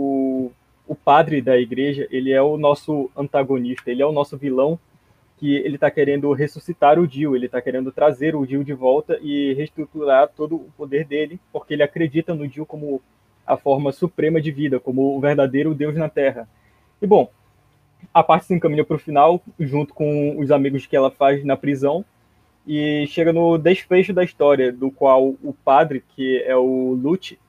o padre da igreja, ele é o nosso antagonista, ele é o nosso vilão, que ele está querendo ressuscitar o Dio, ele está querendo trazer o Dio de volta e reestruturar todo o poder dele, porque ele acredita no Dio como a forma suprema de vida, como o verdadeiro Deus na Terra. E bom, a parte se encaminha para o final, junto com os amigos que ela faz na prisão, e chega no desfecho da história, do qual o padre, que é o Lute,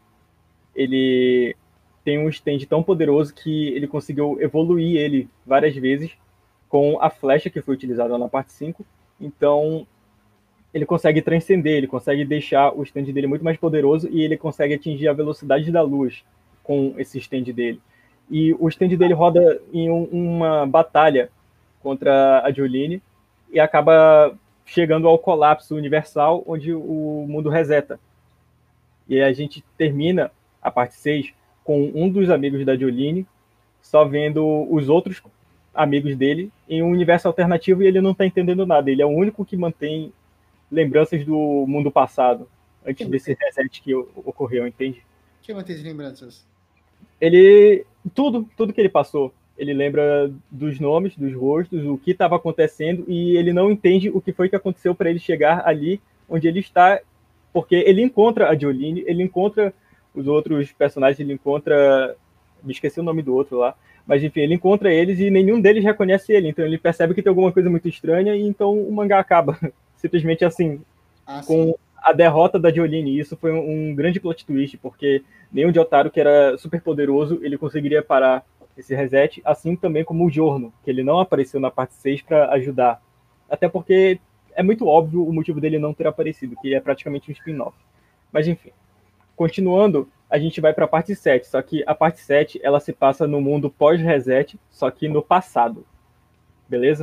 ele tem um stand tão poderoso que ele conseguiu evoluir ele várias vezes com a flecha que foi utilizada na parte 5. Então, ele consegue transcender, ele consegue deixar o stand dele muito mais poderoso e ele consegue atingir a velocidade da luz com esse stand dele. E o stand dele roda em uma batalha contra a Jolene e acaba chegando ao colapso universal, onde o mundo reseta. E a gente termina a parte 6 com um dos amigos da Jolene só vendo os outros amigos dele em um universo alternativo e ele não está entendendo nada. Ele é o único que mantém lembranças do mundo passado, antes desse reset que ocorreu, entende? O que mantém as lembranças? Ele... Tudo que ele passou. Ele lembra dos nomes, dos rostos, o que estava acontecendo, e ele não entende o que foi que aconteceu para ele chegar ali onde ele está, porque ele encontra a Jolene, ele encontra os outros personagens, ele encontra... Me esqueci o nome do outro lá, mas enfim, ele encontra eles e nenhum deles reconhece ele, então ele percebe que tem alguma coisa muito estranha e então o mangá acaba simplesmente assim, com a derrota da Jolene. E isso foi um grande plot twist, porque nem o Jotaro, que era super poderoso, ele conseguiria parar esse reset, assim também como o Giorno, que ele não apareceu na parte 6 para ajudar. Até porque é muito óbvio o motivo dele não ter aparecido, que é praticamente um spin-off. Mas enfim, continuando, a gente vai para a parte 7, só que a parte 7 ela se passa no mundo pós-reset, só que no passado. Beleza?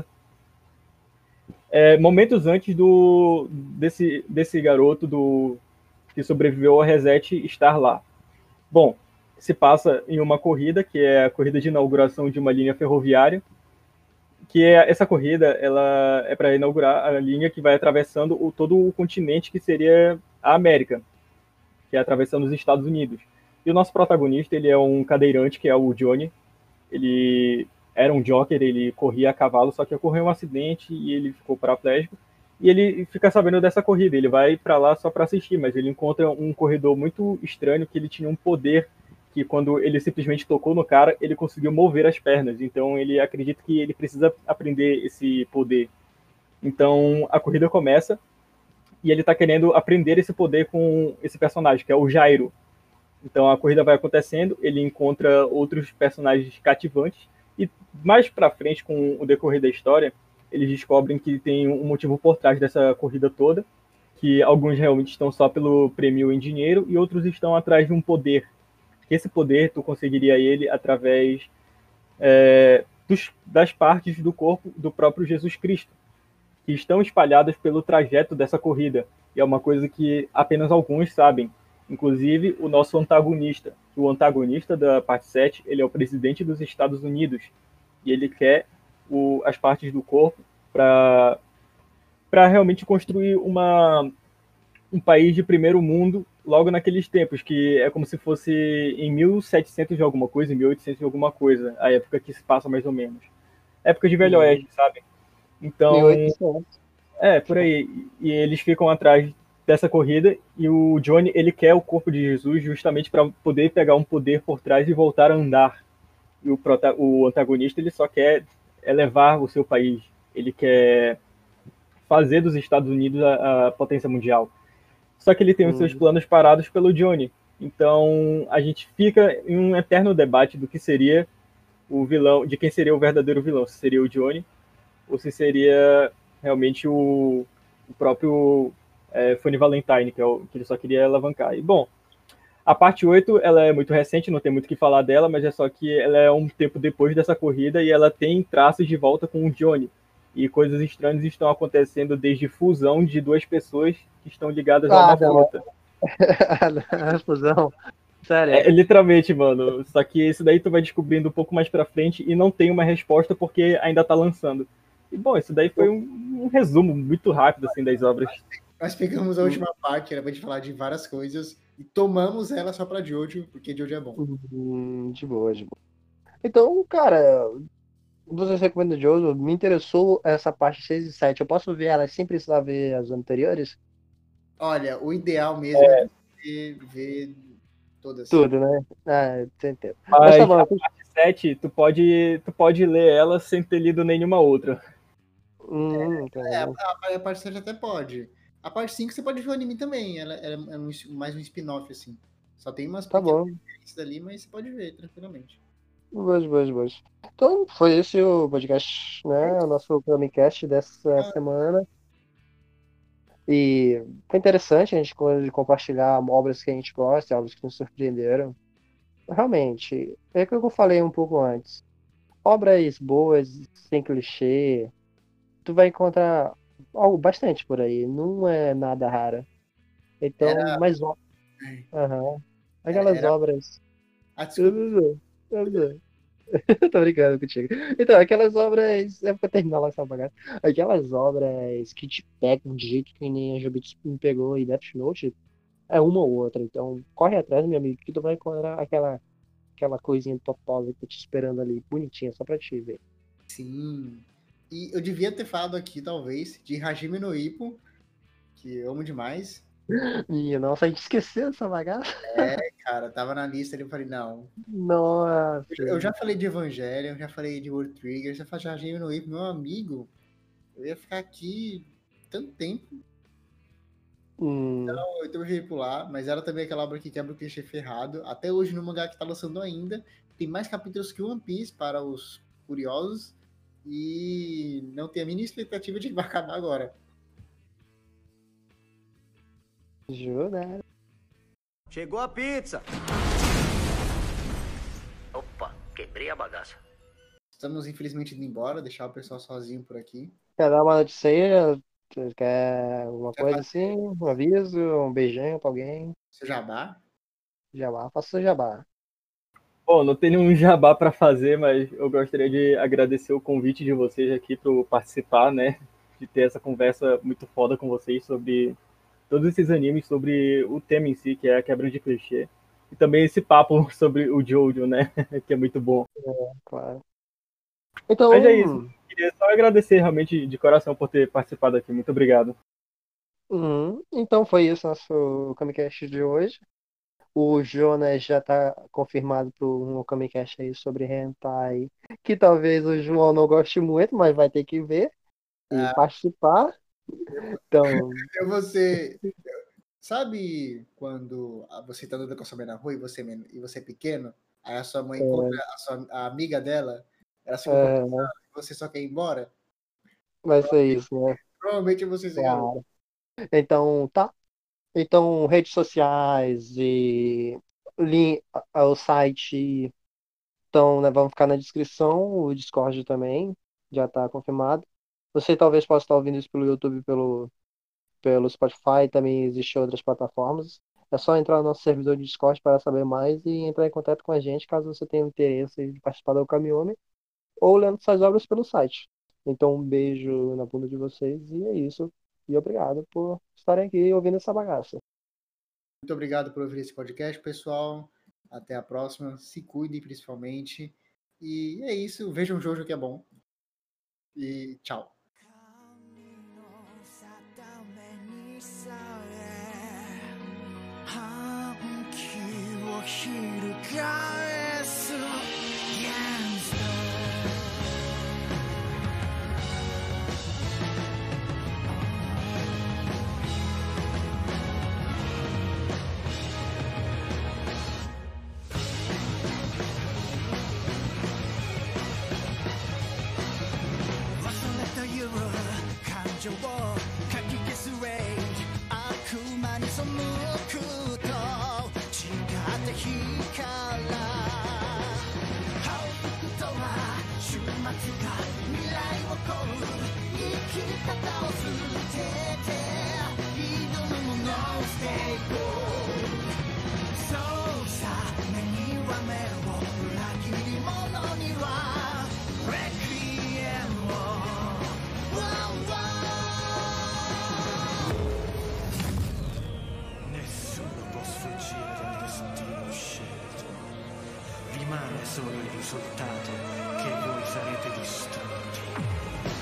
Momentos antes desse garoto que sobreviveu ao reset estar lá. Bom, se passa em uma corrida, que é a corrida de inauguração de uma linha ferroviária, que essa corrida ela é para inaugurar a linha que vai atravessando todo o continente que seria a América, que é atravessando os Estados Unidos. E o nosso protagonista, ele é um cadeirante, que é o Johnny. Ele era um jocker, ele corria a cavalo, só que ocorreu um acidente e ele ficou paraplégico. E ele fica sabendo dessa corrida, ele vai para lá só para assistir, mas ele encontra um corredor muito estranho, que ele tinha um poder que quando ele simplesmente tocou no cara, ele conseguiu mover as pernas. Então ele acredita que ele precisa aprender esse poder. Então a corrida começa e ele está querendo aprender esse poder com esse personagem, que é o Jairo. Então a corrida vai acontecendo, ele encontra outros personagens cativantes e mais para frente, com o decorrer da história, eles descobrem que tem um motivo por trás dessa corrida toda, que alguns realmente estão só pelo prêmio em dinheiro e outros estão atrás de um poder. Esse poder tu conseguiria ele através das partes do corpo do próprio Jesus Cristo, que estão espalhadas pelo trajeto dessa corrida. E é uma coisa que apenas alguns sabem. Inclusive o nosso antagonista. O antagonista da parte 7, ele é o presidente dos Estados Unidos. E ele quer as partes do corpo para realmente construir um país de primeiro mundo logo naqueles tempos, que é como se fosse em 1700 de alguma coisa, em 1800 de alguma coisa, a época que se passa mais ou menos. Época de Velho Oeste, sabe? Então, 1800. por aí. E eles ficam atrás dessa corrida e o Johnny, ele quer o corpo de Jesus justamente para poder pegar um poder por trás e voltar a andar. E o antagonista, ele só quer elevar o seu país. Ele quer fazer dos Estados Unidos a potência mundial. só que ele tem os seus planos parados pelo Johnny. Então a gente fica em um eterno debate do que seria o vilão, de quem seria o verdadeiro vilão, se seria o Johnny ou se seria realmente o próprio Funny Valentine, que ele só queria alavancar. E bom, a parte 8 ela é muito recente, não tem muito o que falar dela, mas é só que ela é um tempo depois dessa corrida e ela tem traços de volta com o Johnny. E coisas estranhas estão acontecendo desde fusão de duas pessoas que estão ligadas a uma fruta. A fusão. Sério. Literalmente, mano. Só que isso daí tu vai descobrindo um pouco mais pra frente e não tem uma resposta porque ainda tá lançando. E bom, isso daí foi um resumo muito rápido assim das obras. Nós pegamos a última parte, era pra gente falar de várias coisas, e tomamos ela só pra Jojo, porque Jojo é bom. De boa, de boa. Então, cara, você recomenda Jojo? Me interessou essa parte 6 e 7. Eu posso ver ela sem precisar ver as anteriores? Olha, o ideal mesmo é ver todas. Tudo, né? Entendo. Mas tá bom, a parte 7, tu pode ler ela sem ter lido nenhuma outra. A parte 7 até pode. A parte 5 você pode ver o anime também. Ela é mais um spin-off, assim. Só tem umas pequenas diferenças ali, mas você pode ver tranquilamente. Boas. Então, foi esse o podcast, né? O nosso Kamicast dessa semana. E foi interessante a gente compartilhar obras que a gente gosta, obras que nos surpreenderam. Realmente, é o que eu falei um pouco antes. Obras boas, sem clichê, tu vai encontrar algo bastante por aí. Não é nada raro. Então, mas aquelas obras. Tô brincando contigo. Então, aquelas obras. É pra terminar lá essa bagaça. Aquelas obras que te pegam de jeito que nem a Jobits me pegou e Death Note é uma ou outra. Então, corre atrás, meu amigo, que tu vai encontrar aquela coisinha toposa que tá te esperando ali, bonitinha, só pra te ver. Sim. E eu devia ter falado aqui, talvez, de Hajime no Ippo, que eu amo demais. Minha nossa, a gente esqueceu essa bagaça. Cara, tava na lista ali, eu falei, não. Nossa. Eu já falei de Evangelion, já falei de World Trigger, já falei de Hajime no Ippo, meu amigo. Eu ia ficar aqui tanto tempo. Então, eu tive que pular, mas ela também é aquela obra que quebra o clichê ferrado. Até hoje, no mangá que tá lançando ainda, tem mais capítulos que One Piece para os curiosos. E não tem a mínima expectativa de que vai acabar agora. Jura? Chegou a pizza! Opa, quebrei a bagaça. Estamos, infelizmente, indo embora, deixar o pessoal sozinho por aqui. Quer dar uma notícia? Quer alguma coisa assim? Um aviso? Um beijinho pra alguém? Seu jabá? Jabá, faça seu jabá. Bom, não tem nenhum jabá para fazer, mas eu gostaria de agradecer o convite de vocês aqui para participar, né? De ter essa conversa muito foda com vocês sobre todos esses animes, sobre o tema em si, que é a quebra de clichê. E também esse papo sobre o Jojo, né? Que é muito bom. Claro. Então... Mas é isso. Queria só agradecer realmente de coração por ter participado aqui. Muito obrigado. Então foi isso nosso Kamicast de hoje. O Jonas já tá confirmado para um Kamicast aí sobre Hentai, que talvez o João não goste muito, mas vai ter que ver e participar. Então... Eu vou ser... Sabe quando você tá andando com a sua mãe na rua e você é pequeno, aí a sua mãe encontra a amiga dela, ela se conversa e você só quer ir embora? Vai ser isso, né? Provavelmente você se claro. Então, tá. Então, redes sociais e o site então, né, vão ficar na descrição, o Discord também já está confirmado. Você talvez possa estar ouvindo isso pelo YouTube, pelo Spotify, também existem outras plataformas. É só entrar no nosso servidor de Discord para saber mais e entrar em contato com a gente caso você tenha interesse de participar do Okami-Ome ou lendo suas obras pelo site. Então, um beijo na bunda de vocês e é isso. E obrigado por estarem aqui ouvindo essa bagaça. Muito obrigado por ouvir esse podcast, pessoal. Até a próxima. Se cuidem, principalmente. E é isso. Vejam o Jojo que é bom. E tchau. 生き方を捨てて挑むものをしていこうそうさ目には目を裏切り者にはレクイエムをNessuno può sfuggire dal destino scelto. Rimane solo il risultato che voi sarete distrutti.